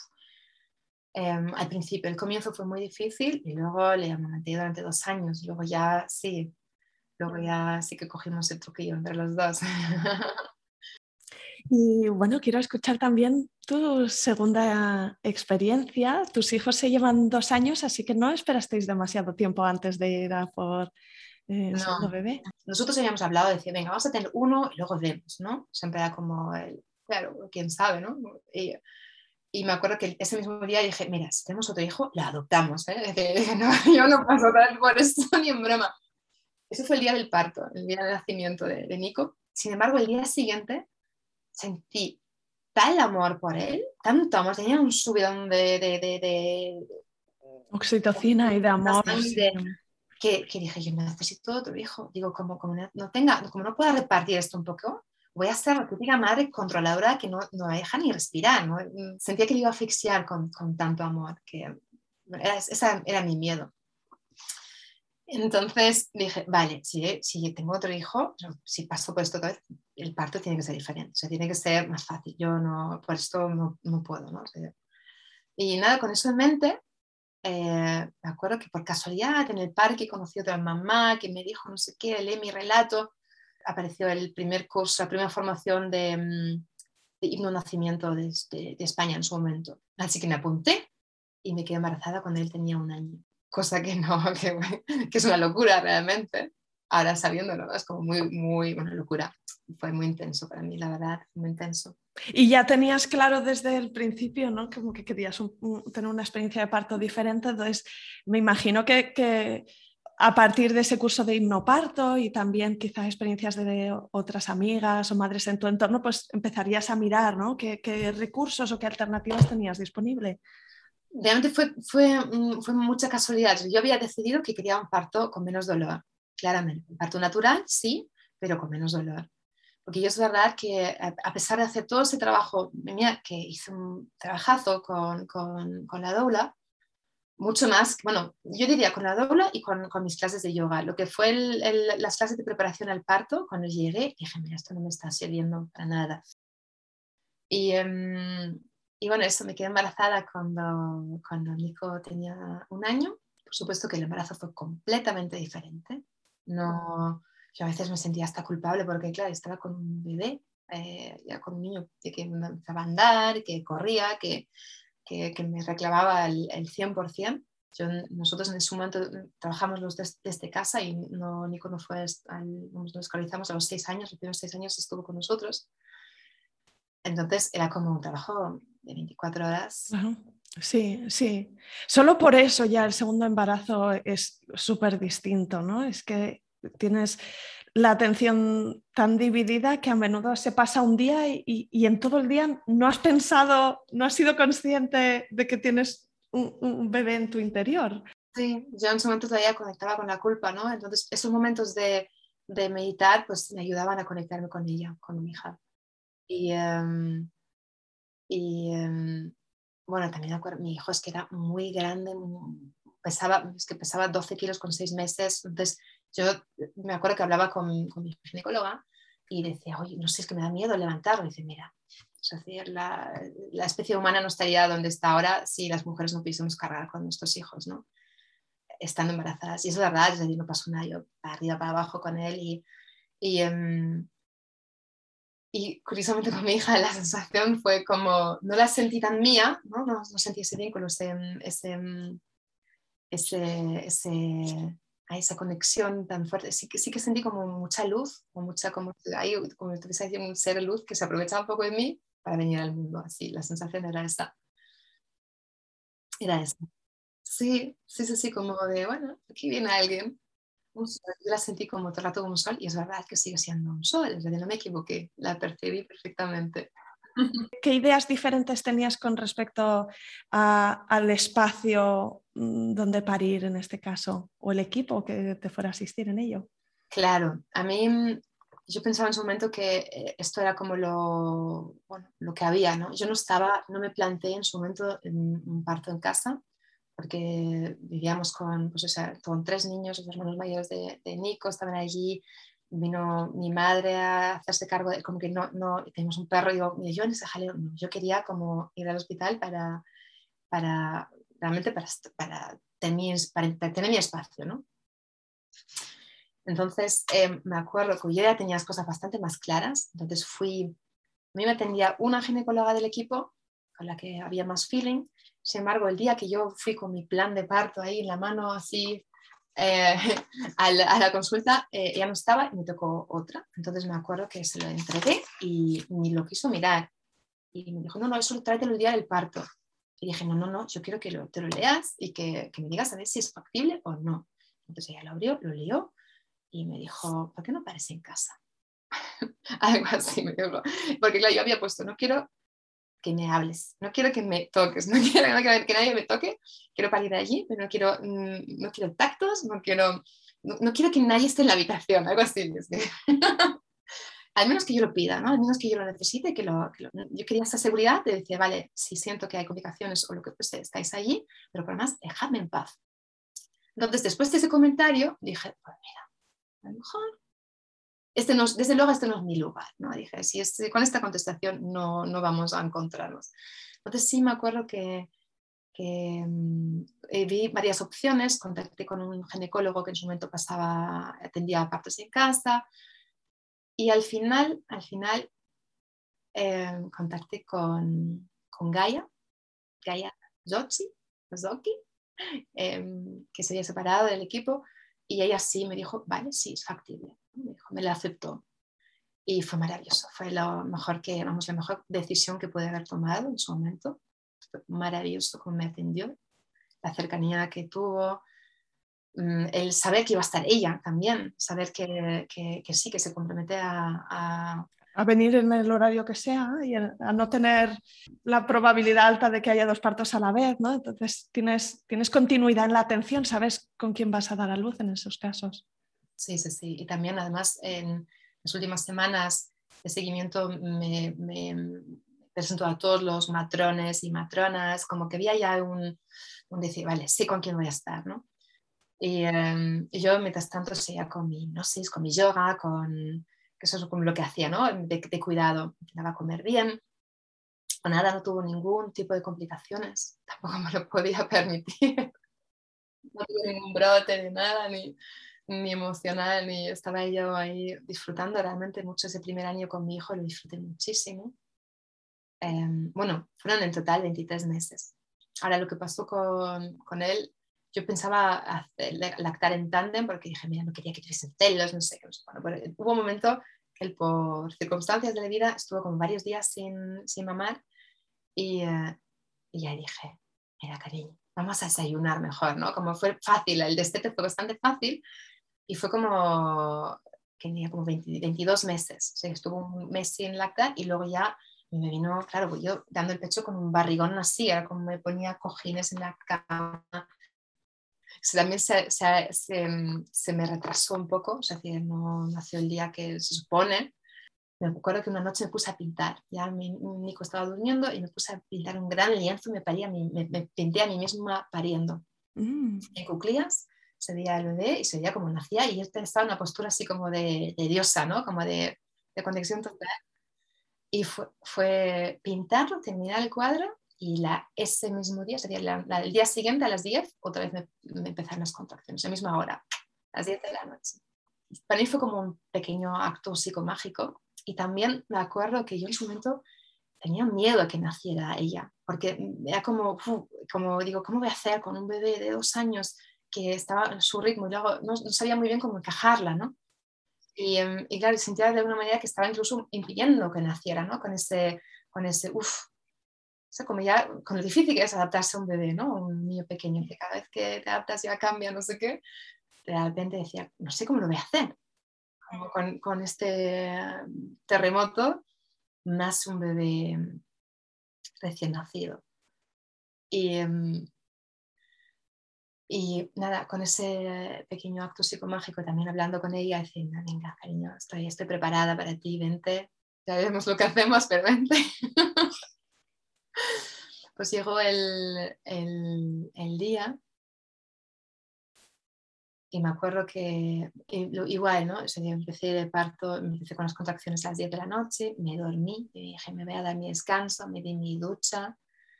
al principio, el comienzo fue muy difícil y luego le amamanté durante 2 años. Luego ya sí que cogimos el truquillo entre los dos. Y bueno, quiero escuchar también tu segunda experiencia. Tus hijos se llevan 2 años, así que no esperasteis demasiado tiempo antes de ir a por el segundo No, bebé. nosotros habíamos hablado de decir, venga, vamos a tener uno y luego vemos, ¿no? Siempre era como, claro, quién sabe, ¿no? Y me acuerdo que ese mismo día dije, mira, si tenemos otro hijo, lo adoptamos, ¿eh? No, yo no paso por esto ni en broma. Ese fue el día del parto, el día del nacimiento de Nico. Sin embargo, el día siguiente sentí tal amor por él, tanto amor, tenía un subidón de Oxitocina y de amor. Sí. que dije, yo necesito otro hijo. Digo, como no pueda repartir esto un poco, voy a ser la típica madre controladora que no deja ni respirar, ¿no? Sentía que le iba a asfixiar con tanto amor, que ese era mi miedo. Entonces dije, vale, si tengo otro hijo, si paso por esto otra vez, el parto tiene que ser diferente, o sea, tiene que ser más fácil. Yo no, por esto no puedo, ¿no? O sea, y nada, con eso en mente, me acuerdo que por casualidad en el parque conocí a otra mamá que me dijo no sé qué, leí mi relato, apareció el primer curso, la primera formación de hipnonacimiento de España en su momento. Así que me apunté y me quedé embarazada cuando él tenía 1 año. Cosa que no, que es una locura realmente. Ahora sabiéndolo, ¿no? Es como muy, una locura. Fue muy intenso para mí, la verdad, muy intenso. Y ya tenías claro desde el principio, ¿no? Como que querías tener una experiencia de parto diferente, entonces me imagino que a partir de ese curso de hipnoparto y también quizás experiencias de otras amigas o madres en tu entorno, pues empezarías a mirar, ¿no? ¿Qué recursos o qué alternativas tenías disponible? Realmente fue mucha casualidad. Yo había decidido que quería un parto con menos dolor, claramente. Un parto natural, sí, pero con menos dolor. Porque yo es verdad que a pesar de hacer todo ese trabajo, mira, que hice un trabajazo con la doula, mucho más, bueno, yo diría con la doula y con mis clases de yoga. Lo que fue las clases de preparación al parto, cuando llegué, dije, mira, esto no me está sirviendo para nada. Y, y bueno, eso, me quedé embarazada cuando Nico tenía 1 año. Por supuesto que el embarazo fue completamente diferente. No, yo a veces me sentía hasta culpable porque, claro, estaba con un bebé, ya con un niño que empezaba a andar, que corría, que me reclamaba el 100%. Nosotros en ese momento trabajamos desde casa y Nico no fue, nos escolarizamos a los 6 años, los primeros 6 años estuvo con nosotros. Entonces era como un trabajo de 24 horas. Ajá. Sí, sí. Solo por eso ya el segundo embarazo es súper distinto, ¿no? Es que tienes la atención tan dividida que a menudo se pasa un día y en todo el día no has pensado, no has sido consciente de que tienes un bebé en tu interior. Sí, yo en ese momento todavía conectaba con la culpa, ¿no? Entonces esos momentos de meditar pues me ayudaban a conectarme con ella, con mi hija. Y, bueno, también me acuerdo, mi hijo es que era muy grande, pesaba 12 kilos con 6 meses. Entonces yo me acuerdo que hablaba con mi ginecóloga y decía, oye, no sé, es que me da miedo levantarlo. Y dice, mira, es decir, la especie humana no estaría donde está ahora si las mujeres no pudiésemos cargar con nuestros hijos, ¿no? Estando embarazadas. Y eso es verdad, es decir, no pasó nada, yo para arriba, para abajo con él y, y curiosamente con mi hija la sensación fue como, no la sentí tan mía, no sentí ese vínculo, esa conexión tan fuerte. Sí que sentí como mucha luz, como tuviese un ser de luz que se aprovechaba un poco de mí para venir al mundo. Así, la sensación era esa. Era esa. Sí, como de, bueno, aquí viene alguien. Un sol. Yo la sentí como todo el rato como un sol y es verdad que sigue siendo un sol, es decir, no me equivoqué, la percibí perfectamente. ¿Qué ideas diferentes tenías con respecto al espacio donde parir en este caso o el equipo que te fuera a asistir en ello? Claro, a mí yo pensaba en su momento que esto era como lo que había, ¿no? Yo no me planteé en su momento un parto en casa, porque vivíamos pues, o sea, con 3 niños, los hermanos mayores de Nico estaban allí, vino mi madre a hacerse cargo, como que no, teníamos un perro, y digo, mira, yo en ese jaleo, no, yo quería como ir al hospital realmente para tener mi espacio, ¿no? Entonces, me acuerdo que yo ya tenía las cosas bastante más claras, entonces a mí me atendía una ginecóloga del equipo con la que había más feeling. Sin embargo, el día que yo fui con mi plan de parto ahí en la mano así eh, a la consulta, ella no estaba y me tocó otra. Entonces me acuerdo que se lo entregué y ni lo quiso mirar. Y me dijo, no, eso tráetelo el día del parto. Y dije, no, yo quiero que te lo leas y que me digas a ver si es factible o no. Entonces ella lo abrió, lo leyó y me dijo, ¿por qué no pares en casa? Algo así me dijo. Porque claro, yo había puesto, no quiero que me hables, no quiero que me toques, no quiero que nadie me toque, quiero parir de allí, pero no quiero tactos, no quiero que nadie esté en la habitación, algo así. Al menos que yo lo pida, ¿no? Al menos que yo lo necesite, yo quería esa seguridad de decir, vale, si siento que hay complicaciones o lo que pues, estáis allí, pero por lo demás, dejadme en paz. Entonces, después de ese comentario, dije, pues mira, a lo mejor desde luego este no es mi lugar, ¿no? Dije, con esta contestación no vamos a encontrarnos. Entonces sí me acuerdo que vi varias opciones, contacté con un ginecólogo que en su momento atendía partos en casa y al final contacté con Gaia Zoki, que se había separado del equipo y ella sí me dijo, vale, sí, es factible. Me la aceptó. Y fue maravilloso, fue la mejor decisión que pude haber tomado en su momento. Fue maravilloso cómo me atendió, la cercanía que tuvo, el saber que iba a estar ella también, saber que sí, que se compromete a venir en el horario que sea y a no tener la probabilidad alta de que haya 2 partos a la vez, ¿no? Entonces tienes continuidad en la atención, sabes con quién vas a dar a luz en esos casos. Sí. Y también además en las últimas semanas de seguimiento me presentó a todos los matrones y matronas, como que había ya un decir, vale, sé con quién voy a estar, ¿no? Y yo mientras tanto seguía con mi hipnosis, con mi yoga, que eso es como lo que hacía, ¿no? De cuidado, intentaba comer bien, o nada, no tuvo ningún tipo de complicaciones, tampoco me lo podía permitir, no tuve ningún brote de nada, ni emocional, ni estaba yo ahí disfrutando realmente mucho ese primer año con mi hijo, lo disfruté muchísimo. Bueno, fueron en total 23 meses. Ahora, lo que pasó con él, yo pensaba lactar en tándem porque dije, mira, no quería que tuviesen celos, no sé qué. Bueno, pero hubo un momento que él, por circunstancias de la vida, estuvo como varios días sin mamar y ya dije, mira, cariño, vamos a desayunar mejor, ¿no? Como fue fácil, el destete fue bastante fácil y fue como que tenía como 22 meses. O sea, estuvo un mes sin lactar y luego ya me vino, claro, pues yo dando el pecho con un barrigón así, era como me ponía cojines en la cama. También se me retrasó un poco, o sea, que no nació el día que se supone. Me acuerdo que una noche me puse a pintar, ya mi Nico estaba durmiendo y me puse a pintar un gran lienzo y me pinté a mí misma pariendo. En cuclillas se veía el bebé y se veía como nacía y yo estaba en una postura así como de diosa, ¿no? Como de conexión total. Y fue pintarlo, terminar el cuadro y ese mismo día, sería el día siguiente a las 10, otra vez me empezaron las contracciones, a la misma hora, a las 10 de la noche. Para mí fue como un pequeño acto psicomágico y también me acuerdo que yo en su momento tenía miedo a que naciera ella, porque era como digo, ¿cómo voy a hacer con un bebé de 2 años que estaba en su ritmo y luego no sabía muy bien cómo encajarla, ¿no? Y claro, sentía de alguna manera que estaba incluso impidiendo que naciera, ¿no? Uff, o sea, como ya, con lo difícil que es adaptarse a un bebé, ¿no? Un niño pequeño, que cada vez que te adaptas ya cambia, no sé qué. De repente decía, no sé cómo lo voy a hacer. Como con este terremoto, nace un bebé recién nacido. Y, Y nada, con ese pequeño acto psicomágico, también hablando con ella, diciendo, venga, cariño, estoy preparada para ti, vente, ya veremos lo que hacemos, pero vente. Pues llegó el día y me acuerdo que igual, ¿no? Ese día empecé de parto, empecé con las contracciones a las 10 de la noche, me dormí, y dije, me voy a dar mi descanso, me di mi ducha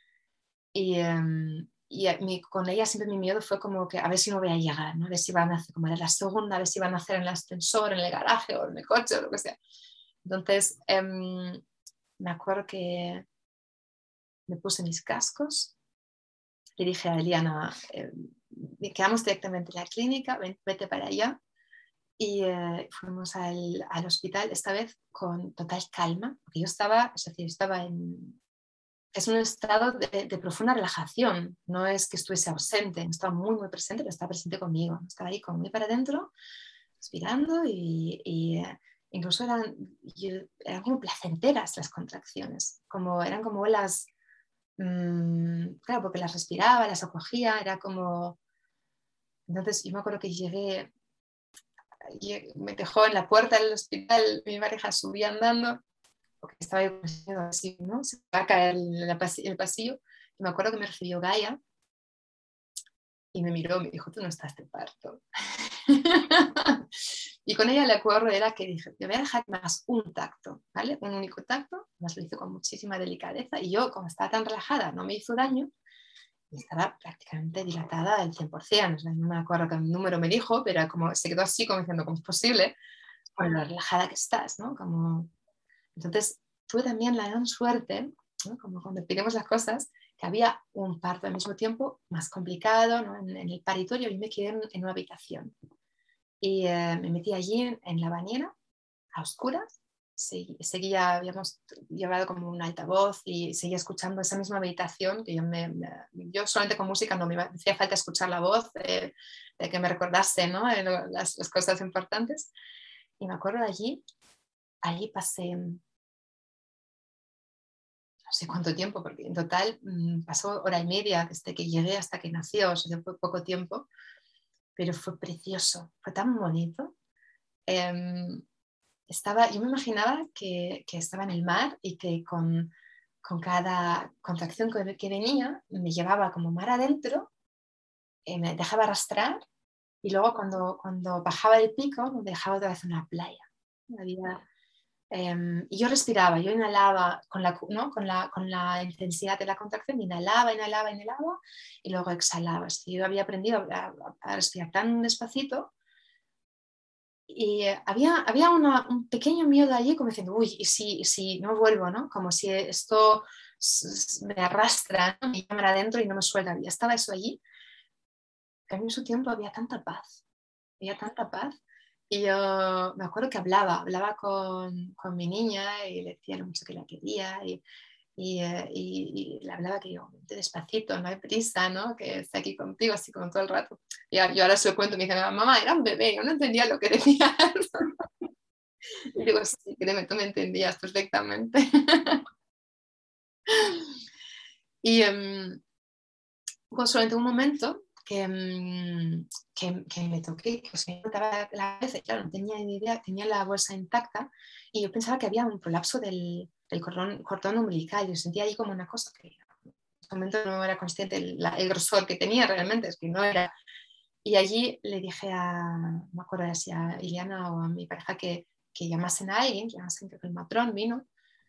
y con ella siempre mi miedo fue como que a ver si no voy a llegar, ¿no? A ver si van a hacer como era la segunda, a ver si van a hacer en el ascensor, en el garaje o en el coche o lo que sea. Entonces, me acuerdo que me puse mis cascos y dije a Eliana, quedamos directamente en la clínica, vete para allá. Y fuimos al hospital, esta vez con total calma, porque yo estaba, es decir, es un estado de profunda relajación, no es que estuviese ausente, estaba muy, muy presente, pero estaba presente conmigo, estaba ahí como muy para adentro, respirando y incluso eran como placenteras las contracciones, eran como las, claro, porque las respiraba, las acogía, era como... Entonces yo me acuerdo que me dejó en la puerta del hospital, mi pareja subía andando, porque estaba yo así, ¿no? Se va a caer el pasillo. Y me acuerdo que me recibió Gaia y me miró y me dijo, tú no estás de parto. Y con ella le acuerdo era que dije, te voy a dejar más un tacto, ¿vale? Un único tacto, más lo hizo con muchísima delicadeza y yo, como estaba tan relajada, no me hizo daño y estaba prácticamente dilatada al 100%. O sea, no me acuerdo qué número me dijo, pero como, se quedó así como diciendo, ¿cómo es posible? Con lo relajada que estás, ¿no? Como... Entonces, tuve también la gran suerte, ¿no? Como cuando pedimos las cosas, que había un parto al mismo tiempo más complicado, ¿no? En el paritorio y me quedé en una habitación. Y me metí allí en la bañera, a oscuras, seguía, habíamos llevado como un altavoz y seguía escuchando esa misma meditación que yo solamente con música no me hacía falta escuchar la voz de que me recordase, ¿no? Las cosas importantes. Y me acuerdo de allí pasé no sé cuánto tiempo, porque en total pasó hora y media desde que llegué hasta que nació, o sea, fue poco tiempo, pero fue precioso, fue tan bonito. Yo me imaginaba que estaba en el mar y que con cada contracción que venía me llevaba como mar adentro, me dejaba arrastrar y luego cuando bajaba del pico me dejaba otra vez en la playa. Había, y yo respiraba, yo inhalaba ¿no? con la intensidad de la contracción, inhalaba, inhalaba, inhalaba y luego exhalaba. Yo había aprendido a respirar tan despacito y había un pequeño miedo allí como diciendo, uy, y si no vuelvo, ¿no? Como si esto me arrastra, ¿no? Me llama adentro y no me suelta. Ya estaba eso allí, pero al mismo tiempo había tanta paz. Y yo me acuerdo que hablaba con mi niña y le decía lo mucho que la quería y le hablaba que yo, vente despacito, no hay prisa, ¿no? Que esté aquí contigo, así como todo el rato. Y yo ahora se lo cuento y me dice, mamá, era un bebé, yo no entendía lo que decías. Y digo, sí, créeme, tú me entendías perfectamente. Y solamente un momento que me toqué, que se me notaba la cabeza, claro, no tenía ni idea, tenía la bolsa intacta y yo pensaba que había un prolapso del cordón umbilical. Yo sentía ahí como una cosa que en ese momento no era consciente el grosor que tenía realmente, es que no era. Y allí le dije no me acuerdo si a Iliana o a mi pareja que llamasen a alguien, que llamasen, creo que el matrón vino.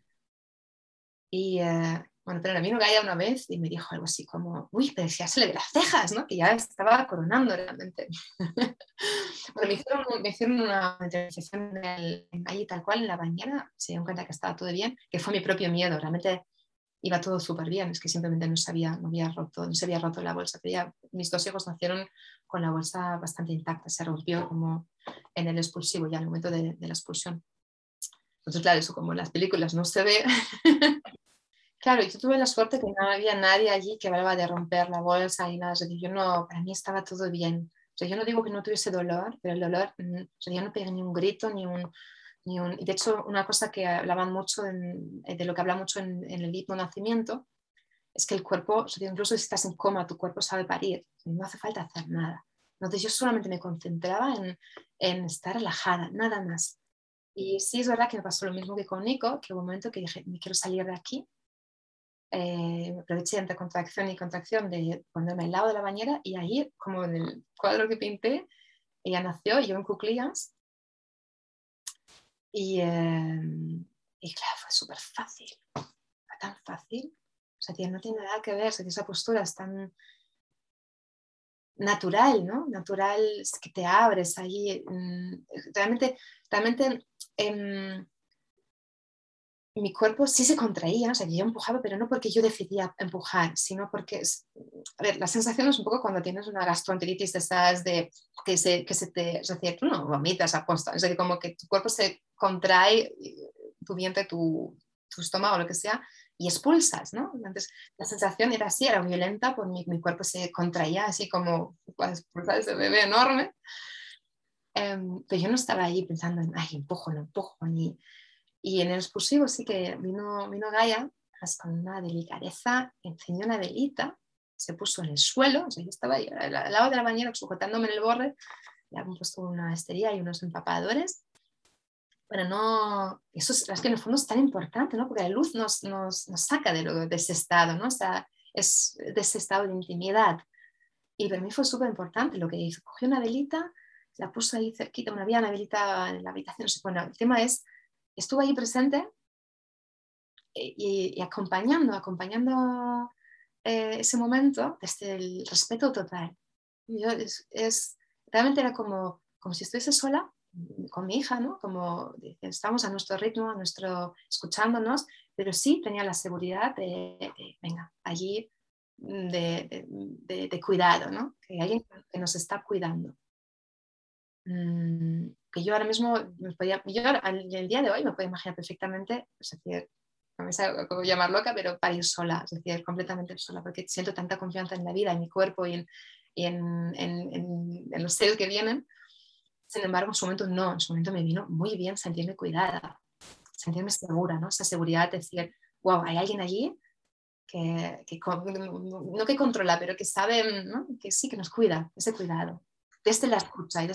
Y bueno, pero vino Gaia una vez y me dijo algo así como, uy, pero ya se le ve las cejas, ¿no? Que ya estaba coronando realmente. Bueno, me hicieron una intervención ahí tal cual en la bañera, se dieron cuenta que estaba todo bien, que fue mi propio miedo, realmente iba todo súper bien, es que simplemente no se había roto la bolsa. Pero ya, mis dos hijos nacieron con la bolsa bastante intacta, se rompió como en el expulsivo, ya en el momento de la expulsión. Entonces, claro, eso como en las películas no se ve. Claro, yo tuve la suerte que no había nadie allí que hablaba de romper la bolsa y nada. O sea, yo no, para mí estaba todo bien. O sea, yo no digo que no tuviese dolor, pero el dolor, o sea, yo no pegué ni un grito, y de hecho, una cosa que hablaban mucho, de lo que habla mucho en el hipnonacimiento, es que el cuerpo, o sea, incluso si estás en coma, tu cuerpo sabe parir, no hace falta hacer nada. Entonces yo solamente me concentraba en estar relajada, nada más. Y sí es verdad que me pasó lo mismo que con Nico, que hubo un momento que dije, me quiero salir de aquí. Me aproveché entre contracción y contracción de ponerme al lado de la bañera y ahí, como en el cuadro que pinté, ella nació y yo en cuclillas. Y claro, fue súper fácil, fue tan fácil. O sea, no tiene nada que ver, o sea, esa postura es tan natural, ¿no? Natural, es que te abres ahí. Realmente mi cuerpo sí se contraía, o sea, que yo empujaba, pero no porque yo decidía empujar, sino porque, a ver, la sensación es un poco cuando tienes una gastroenteritis de estas de que se te, es decir, tú no vomitas a posta, es decir, como que tu cuerpo se contrae, tu vientre, tu estómago, lo que sea, y expulsas, ¿no? Entonces, la sensación era así, era violenta, pues mi cuerpo se contraía así como para expulsar ese bebé enorme. Pero yo no estaba ahí pensando en, ay, empujo, no empujo, ni... Y en el expulsivo sí que vino Gaia con una delicadeza, encendió una velita, se puso en el suelo, o sea, yo estaba ahí al lado de la bañera sujetándome en el borde, le habían puesto una estería y unos empapadores. Bueno, no, eso es que en el fondo es tan importante, ¿no? Porque la luz nos saca de ese estado, ¿no? O sea, es de ese estado de intimidad. Y para mí fue súper importante lo que hizo. Cogió una velita, la puso ahí cerquita, había una velita en la habitación, no sé, bueno, el tema es, estuvo ahí presente y acompañando ese momento desde el respeto total. Yo, realmente era como si estuviese sola con mi hija, ¿no? Como estábamos a nuestro ritmo, escuchándonos, pero sí tenía la seguridad venga, allí de cuidado, ¿no? Que hay alguien que nos está cuidando. Que yo ahora mismo, el día de hoy me puedo imaginar perfectamente, es decir, no me sé cómo llamar loca, pero para ir sola, es decir, completamente sola, porque siento tanta confianza en la vida, en mi cuerpo y en los seres que vienen. Sin embargo, en su momento no, en su momento me vino muy bien sentirme cuidada, sentirme segura, ¿no? Esa seguridad de decir, wow, hay alguien allí no que controla, pero que sabe, ¿no? Que sí, que nos cuida, ese cuidado. Desde la escucha y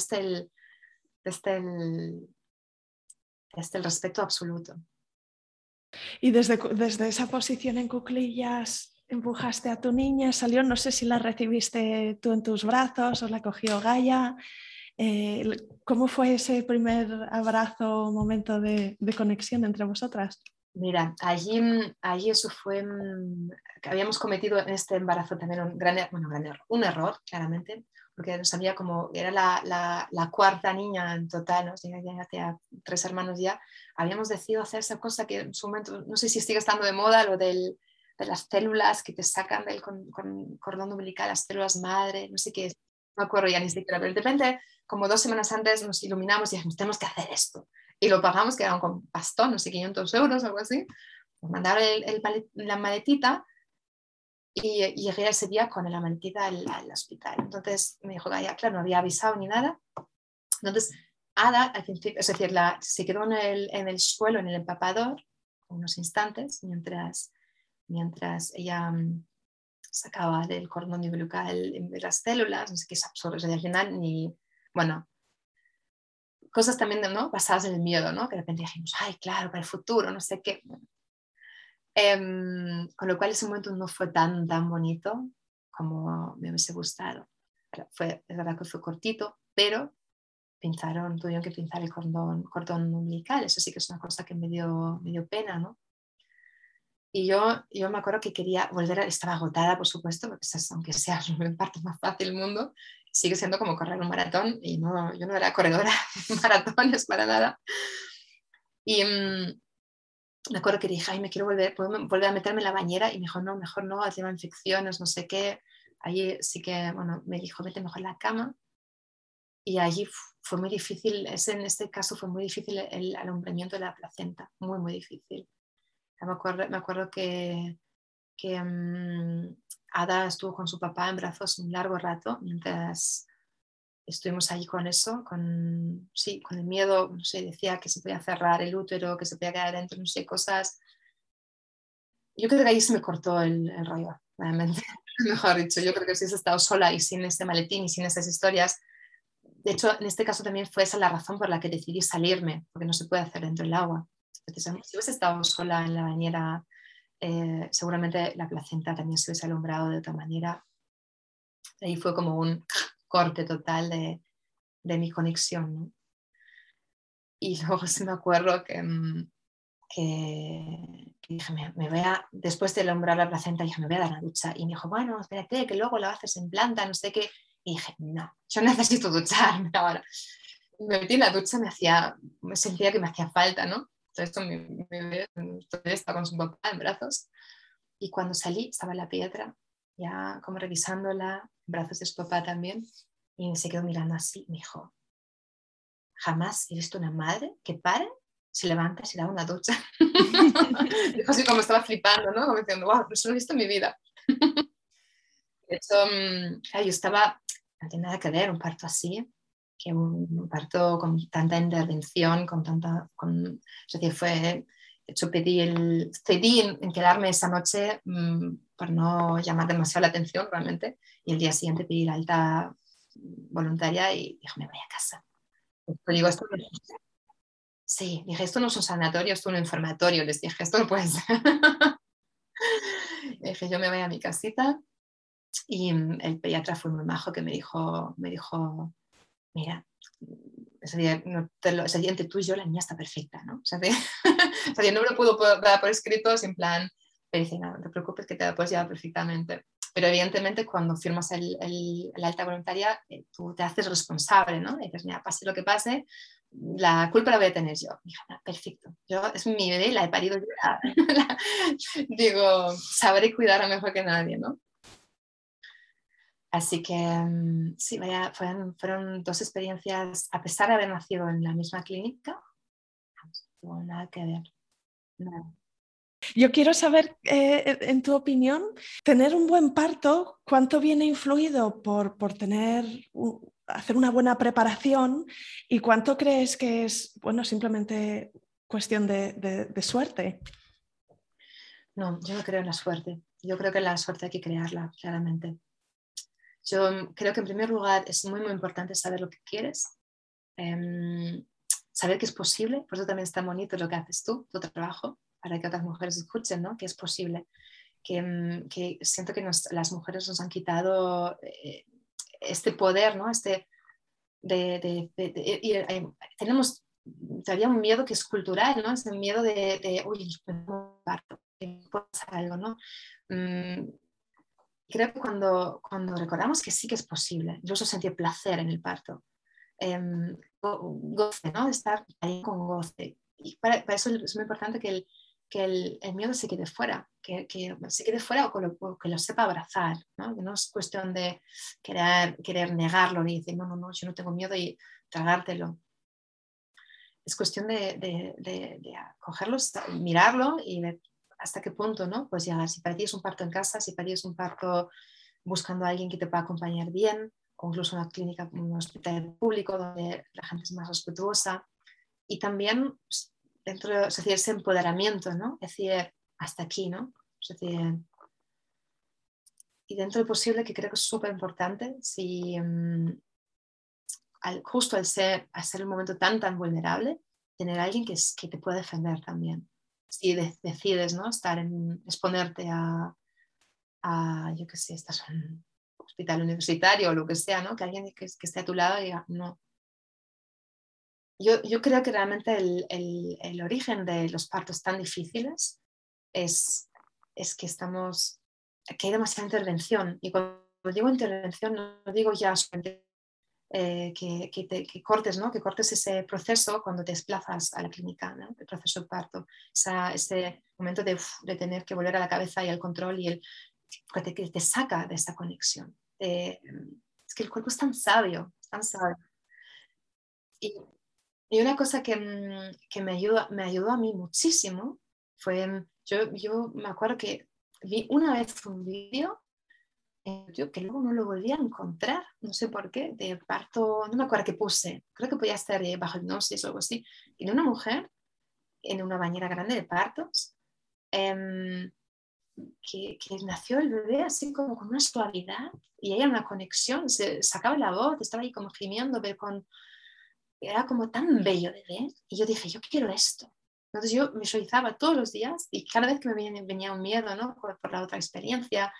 desde el respeto absoluto. Y desde esa posición en cuclillas empujaste a tu niña, salió, no sé si la recibiste tú en tus brazos o la cogió Gaia. ¿Cómo fue ese primer abrazo, momento de conexión entre vosotras? Mira, allí eso fue que habíamos cometido en este embarazo también un error, claramente, porque no sabía cómo era la cuarta niña en total, ¿no? Ya tenía 3 hermanos ya. Habíamos decidido hacer esa cosa que en su momento, no sé si sigue estando de moda, lo de las células que te sacan del cordón umbilical, las células madre, no sé qué es, no me acuerdo ya ni siquiera, pero de repente, como 2 semanas antes, nos iluminamos y dijimos, tenemos que hacer esto. Y lo pagamos, que eran con bastón, no sé, 500 euros, algo así. Nos mandaron la maletita y llegué ese día con la maletita al hospital. Entonces me dijo, ya, claro, no había avisado ni nada. Entonces, Ada, al principio, es decir, se quedó en el suelo, en el empapador, unos instantes, mientras ella sacaba del cordón umbilical de las células, no sé qué es absurdo, o sea, al final ni, bueno, cosas también ¿no? basadas en el miedo, ¿no? Que de repente dijimos, ay, claro, para el futuro, no sé qué. Con lo cual ese momento no fue tan bonito como me hubiese gustado. Es verdad que fue cortito, pero tuvieron que pinzar el cordón umbilical. Eso sí que es una cosa que me dio pena, ¿no? Y yo me acuerdo que quería volver, estaba agotada, por supuesto, porque aunque sea el parto más fácil del mundo, sigue siendo como correr un maratón y no, yo no era corredora de maratones para nada. Y me acuerdo que dije, ay, me quiero volver a meterme en la bañera y me dijo, no, mejor no, lleva infecciones, no sé qué. Allí sí que, bueno, me dijo, vete mejor a la cama. Y allí fue muy difícil, en este caso fue muy difícil el alumbramiento de la placenta, muy, muy difícil. Me acuerdo que Ada estuvo con su papá en brazos un largo rato mientras estuvimos allí con eso, con el miedo, no sé, decía que se podía cerrar el útero, que se podía quedar dentro, no sé, cosas. yo creo que ahí se me cortó el rollo, realmente. Mejor dicho, yo creo que si hubiese estado sola y sin este maletín y sin esas historias, de hecho, en este caso también fue esa la razón por la que decidí salirme, porque no se puede hacer dentro del agua. Entonces, si hubiese estado sola en la bañera, seguramente la placenta también se hubiese alumbrado de otra manera. Ahí fue como un corte total de mi conexión, ¿no? Y luego sí me acuerdo que dije, después de alumbrar la placenta, dije, me voy a dar una ducha. Y me dijo, bueno, espérate, que luego la haces en planta, no sé qué. Y dije, no, yo necesito ducharme ahora. Me metí en la ducha, me sentía que me hacía falta, ¿no? Entonces mi bebé todavía estaba con su papá en brazos. Y cuando salí, estaba la piedra, ya como revisándola, en brazos de su papá también. Y se quedó mirando así. Me dijo, jamás he visto una madre que pare, se levanta y se da una ducha. Dijo así como estaba flipando, ¿no? Como diciendo, wow, eso lo he visto en mi vida. De hecho, claro, yo estaba, no tiene nada que ver un parto así, que un parto con tanta intervención, es decir, de hecho cedí en quedarme esa noche por no llamar demasiado la atención realmente, y el día siguiente pedí la alta voluntaria y dije, me voy a casa. Pero digo, sí, dije, esto no es un sanatorio, esto es un informatorio, les dije, esto no puede ser. Dije, yo me voy a mi casita. Y el pediatra fue muy majo que me dijo, mira, ese día entre tú y yo la niña está perfecta, ¿no? O sea, no me lo puedo dar por escrito, en plan, pero dice, no te preocupes que te la puedes llevar perfectamente. Pero evidentemente cuando firmas el alta voluntaria, tú te haces responsable, ¿no? Y dices, mira, pase lo que pase, la culpa la voy a tener yo. Dijo, no, perfecto, es mi bebé, la he parido yo. Digo, sabré cuidarla mejor que nadie, ¿no? Así que sí, fueron dos experiencias, a pesar de haber nacido en la misma clínica, no tuvo nada que ver. Nada. Yo quiero saber, en tu opinión, tener un buen parto, ¿cuánto viene influido por hacer una buena preparación y cuánto crees que es, bueno, simplemente cuestión de suerte? No, yo no creo en la suerte. Yo creo que la suerte hay que crearla, claramente. Yo creo que en primer lugar es muy, muy importante saber lo que quieres, saber que es posible, por eso también es tan bonito lo que haces tú, tu trabajo, para que otras mujeres escuchen, ¿no? Que es posible. Que siento que las mujeres nos han quitado este poder, ¿no? Tenemos todavía un miedo que es cultural, ¿no? Es el miedo uy, parto, que pasa algo, ¿no? Creo que cuando recordamos que sí que es posible, incluso sentir placer en el parto, goce, ¿no? Estar ahí con goce. Y para eso es muy importante que el miedo se quede fuera, que se quede fuera o que lo sepa abrazar, ¿no? Que no es cuestión de querer negarlo ni decir, no, no, no, yo no tengo miedo y tragártelo. Es cuestión de cogerlos, mirarlo y ver hasta qué punto, ¿no? Pues llegar. Si para ti es un parto en casa, si para ti es un parto buscando a alguien que te pueda acompañar bien, o incluso una clínica, un hospital público donde la gente es más respetuosa. Y también es decir, ese empoderamiento, ¿no? Es decir, hasta aquí, ¿no? Es decir, y dentro de lo posible, que creo que es súper importante, si justo al ser un momento tan vulnerable, tener a alguien que te pueda defender también. Si decides, ¿no? Exponerte yo qué sé, estás en un hospital universitario o lo que sea, ¿no? Que alguien que esté a tu lado diga, no. Yo creo que realmente el origen de los partos tan difíciles es que hay demasiada intervención. Y cuando digo intervención, no digo ya solamente que cortes, ¿no? Que cortes ese proceso cuando te desplazas a la clínica, ¿no? El proceso de parto, ese momento de tener que volver a la cabeza y al control y que te saca de esa conexión. Es que el cuerpo es tan sabio, tan sabio. Y, y una cosa que me ayudó a mí muchísimo fue, yo me acuerdo que vi una vez un vídeo que luego no lo volví a encontrar, no sé por qué, de parto, no me acuerdo qué puse, creo que podía estar bajo hipnosis o algo así, y de una mujer en una bañera grande de partos, que nació el bebé así como con una suavidad y ella una conexión, se sacaba la voz, estaba ahí como gimiendo, pero era como tan bello bebé. Y yo dije, yo quiero esto. Entonces yo visualizaba todos los días y cada vez que me venía un miedo, ¿no? por la otra experiencia,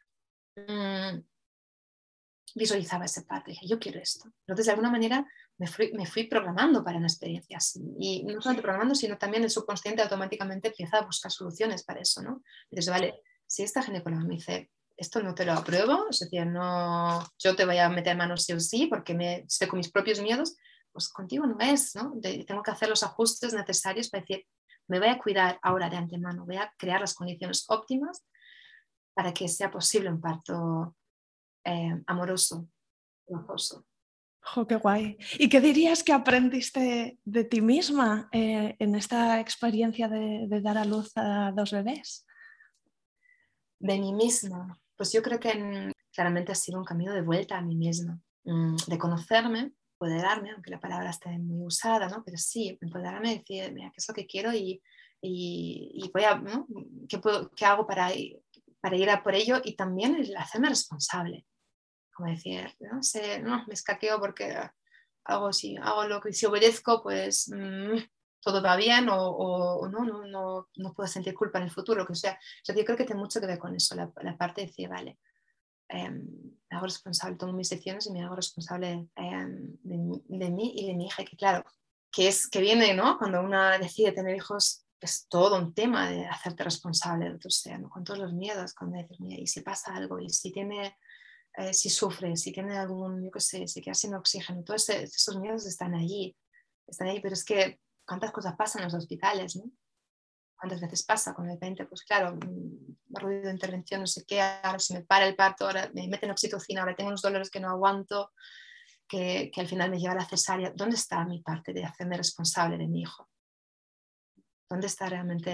visualizaba ese parto y dije, yo quiero esto. Entonces, de alguna manera, me fui programando para una experiencia así. Y no solamente programando, sino también el subconsciente automáticamente empieza a buscar soluciones para eso, ¿no? Entonces, vale, si esta ginecóloga me dice, esto no te lo apruebo, es decir, no, yo te voy a meter manos sí o sí, porque estoy con mis propios miedos, pues contigo no es, ¿no? Tengo que hacer los ajustes necesarios para decir, me voy a cuidar ahora de antemano, voy a crear las condiciones óptimas para que sea posible un parto amoroso, gozoso. ¡Jo, qué guay! ¿Y qué dirías que aprendiste de ti misma en esta experiencia de dar a luz a 2 bebés? De mí misma, pues yo creo que claramente ha sido un camino de vuelta a mí misma, de conocerme, empoderarme, aunque la palabra esté muy usada, ¿no? Pero sí, empoderarme y decir, mira, qué es lo que quiero y voy a, ¿no? ¿Qué hago para ir a por ello? Y también el hacerme responsable, como decir, no sé, no, me escaqueo porque hago lo que si obedezco, pues todo va bien o no puedo sentir culpa en el futuro, que sea. O sea, yo creo que tiene mucho que ver con eso, la parte de decir, vale, me hago responsable, tomo mis decisiones y me hago responsable de mí y de mi hija, que claro, que viene, ¿no? Cuando una decide tener hijos, es todo un tema de hacerte responsable de tu ser, ¿no? Con todos los miedos, cuando dices, mira, y si pasa algo, y si sufre, si tiene algún, yo qué sé, si queda sin oxígeno, todos esos miedos están allí, pero es que cuántas cosas pasan en los hospitales, ¿no? ¿Cuántas veces pasa con el 20? Pues claro, ruido de intervención, no sé qué, ahora se me para el parto, ahora me meten oxitocina, ahora tengo unos dolores que no aguanto, que al final me lleva a la cesárea. ¿Dónde está mi parte de hacerme responsable de mi hijo? ¿Dónde está realmente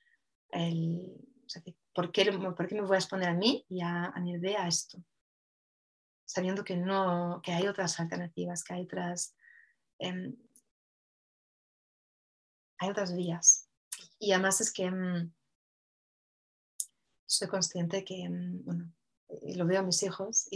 o sea, ¿por qué me voy a exponer a mí y a mi bebé a esto? Sabiendo que hay otras alternativas, que em, hay otras vías. Y además es que soy consciente que, bueno, lo veo a mis hijos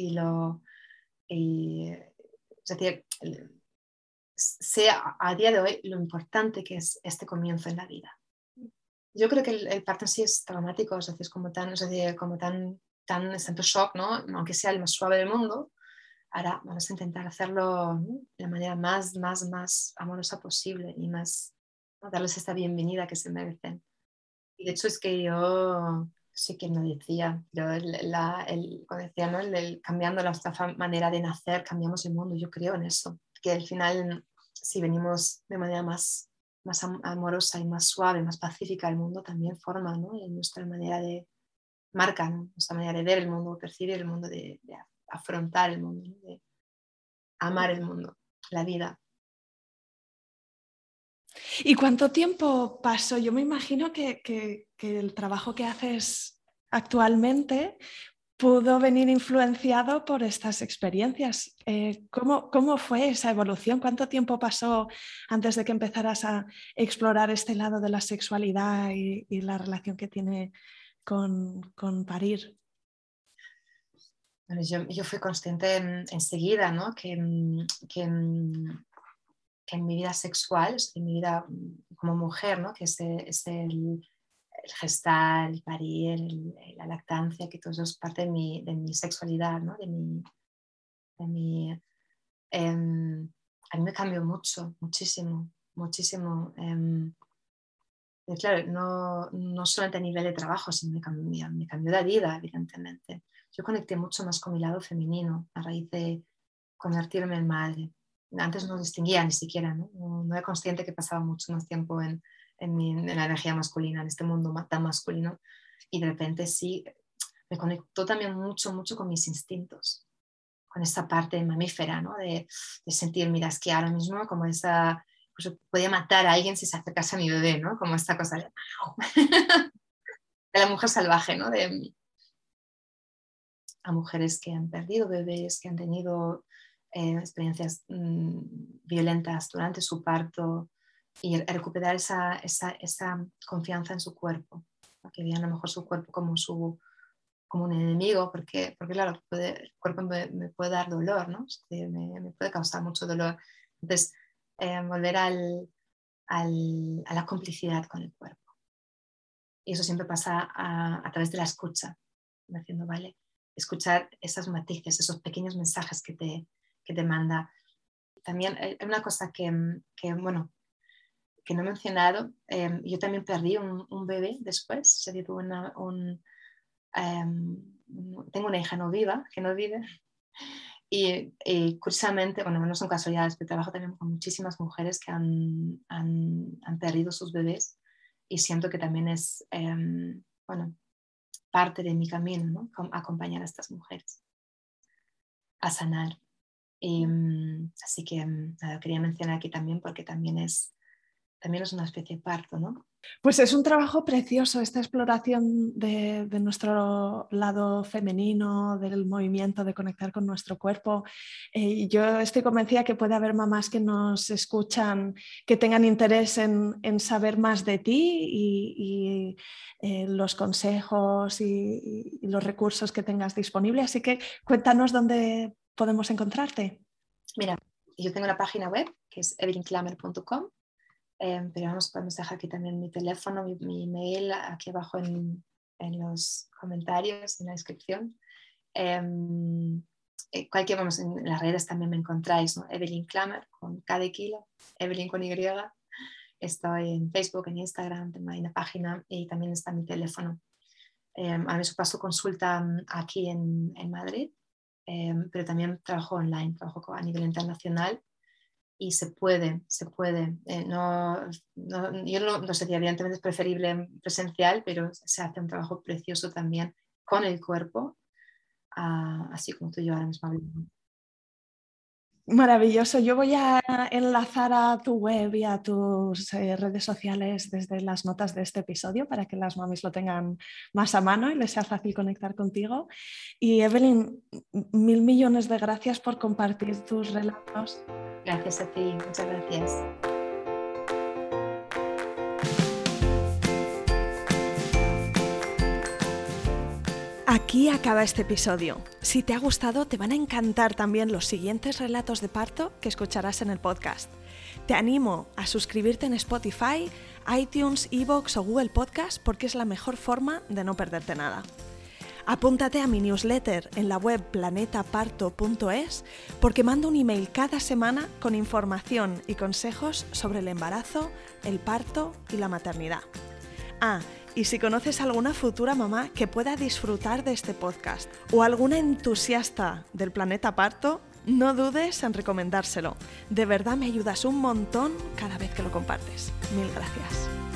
es decir, sé a día de hoy lo importante que es este comienzo en la vida. Yo creo que el parto en sí es traumático, es decir, como tan tanto shock, ¿no? Aunque sea el más suave del mundo. Ahora vamos a intentar hacerlo, ¿no? De la manera más amorosa posible y más, ¿no? Darles esta bienvenida que se merecen. Y de hecho es que yo sí que me decía, yo cuando decía, ¿no? Cambiando nuestra manera de nacer, cambiamos el mundo. Yo creo en eso, que al final, si venimos de manera más amorosa y más suave, más pacífica, el mundo también forma, ¿no? Nuestra manera de marca, ¿no? Nuestra manera de ver el mundo, percibir el mundo, de afrontar el mundo, ¿no? De amar el mundo, la vida. ¿Y cuánto tiempo pasó? Yo me imagino que el trabajo que haces actualmente pudo venir influenciado por estas experiencias. ¿Cómo fue esa evolución? ¿Cuánto tiempo pasó antes de que empezaras a explorar este lado de la sexualidad y la relación que tiene con parir? Bueno, yo fui consciente enseguida, ¿no? Que en mi vida sexual, en mi vida como mujer, ¿no? Que es el gestar, el parir, la lactancia, que todo eso es parte de mi sexualidad, ¿no? De mi, a mí me cambió mucho, muchísimo, muchísimo. Y claro, no solamente a nivel de trabajo, sino me cambió la vida, evidentemente. Yo conecté mucho más con mi lado femenino a raíz de convertirme en madre. Antes no distinguía ni siquiera, ¿no? No era consciente que pasaba mucho más tiempo en la energía masculina, en este mundo tan masculino. Y de repente sí, me conectó también mucho, mucho con mis instintos, con esa parte mamífera, ¿no? De sentir, mira, es que ahora mismo como esa, pues podía matar a alguien si se acercase a mi bebé, ¿no? Como esta cosa de la mujer salvaje, ¿no? A mujeres que han perdido bebés, que han tenido experiencias violentas durante su parto y recuperar esa confianza en su cuerpo. que veían a lo mejor su cuerpo como un enemigo, porque claro, el cuerpo me puede dar dolor, ¿no? Me puede causar mucho dolor. Entonces, volver a la complicidad con el cuerpo. Y eso siempre pasa a través de la escucha, diciendo, ¿vale? Escuchar esos matices, esos pequeños mensajes que te manda. También hay una cosa que no he mencionado, yo también perdí un bebé después, o sea, yo tuve tengo una hija no viva, que no vive, y curiosamente, bueno, no son casualidades, pero trabajo también con muchísimas mujeres que han perdido sus bebés y siento que también es, parte de mi camino, ¿no? Acompañar a estas mujeres a sanar. Y, así que quería mencionar aquí también porque también es una especie de parto, ¿no? Pues es un trabajo precioso esta exploración de nuestro lado femenino, del movimiento, de conectar con nuestro cuerpo. Yo estoy convencida que puede haber mamás que nos escuchan, que tengan interés en saber más de ti y los consejos y los recursos que tengas disponibles. Así que cuéntanos dónde podemos encontrarte. Mira, yo tengo una página web que es evelynclamer.com. Pero podemos dejar aquí también mi teléfono, mi email aquí abajo en los comentarios, en la descripción. En las redes también me encontráis, ¿no? Evelyn Clamer con K de kilo, Evelyn con Y. Estoy en Facebook, en Instagram, tengo ahí una página y también está mi teléfono. A veces paso consulta aquí en Madrid, pero también trabajo online, trabajo a nivel internacional. Y se puede. Yo no sé, evidentemente es preferible presencial, pero se hace un trabajo precioso también con el cuerpo, así como tú y yo ahora mismo hablamos. Maravilloso. Yo voy a enlazar a tu web y a tus redes sociales desde las notas de este episodio para que las mamis lo tengan más a mano y les sea fácil conectar contigo. Y Evelyn, 1.000 millones de gracias por compartir tus relatos. Gracias a ti, muchas gracias. Aquí acaba este episodio. Si te ha gustado, te van a encantar también los siguientes relatos de parto que escucharás en el podcast. Te animo a suscribirte en Spotify, iTunes, iVoox o Google Podcast porque es la mejor forma de no perderte nada. Apúntate a mi newsletter en la web planetaparto.es porque mando un email cada semana con información y consejos sobre el embarazo, el parto y la maternidad. Y si conoces a alguna futura mamá que pueda disfrutar de este podcast o alguna entusiasta del planeta parto, no dudes en recomendárselo. De verdad me ayudas un montón cada vez que lo compartes. 1000 gracias.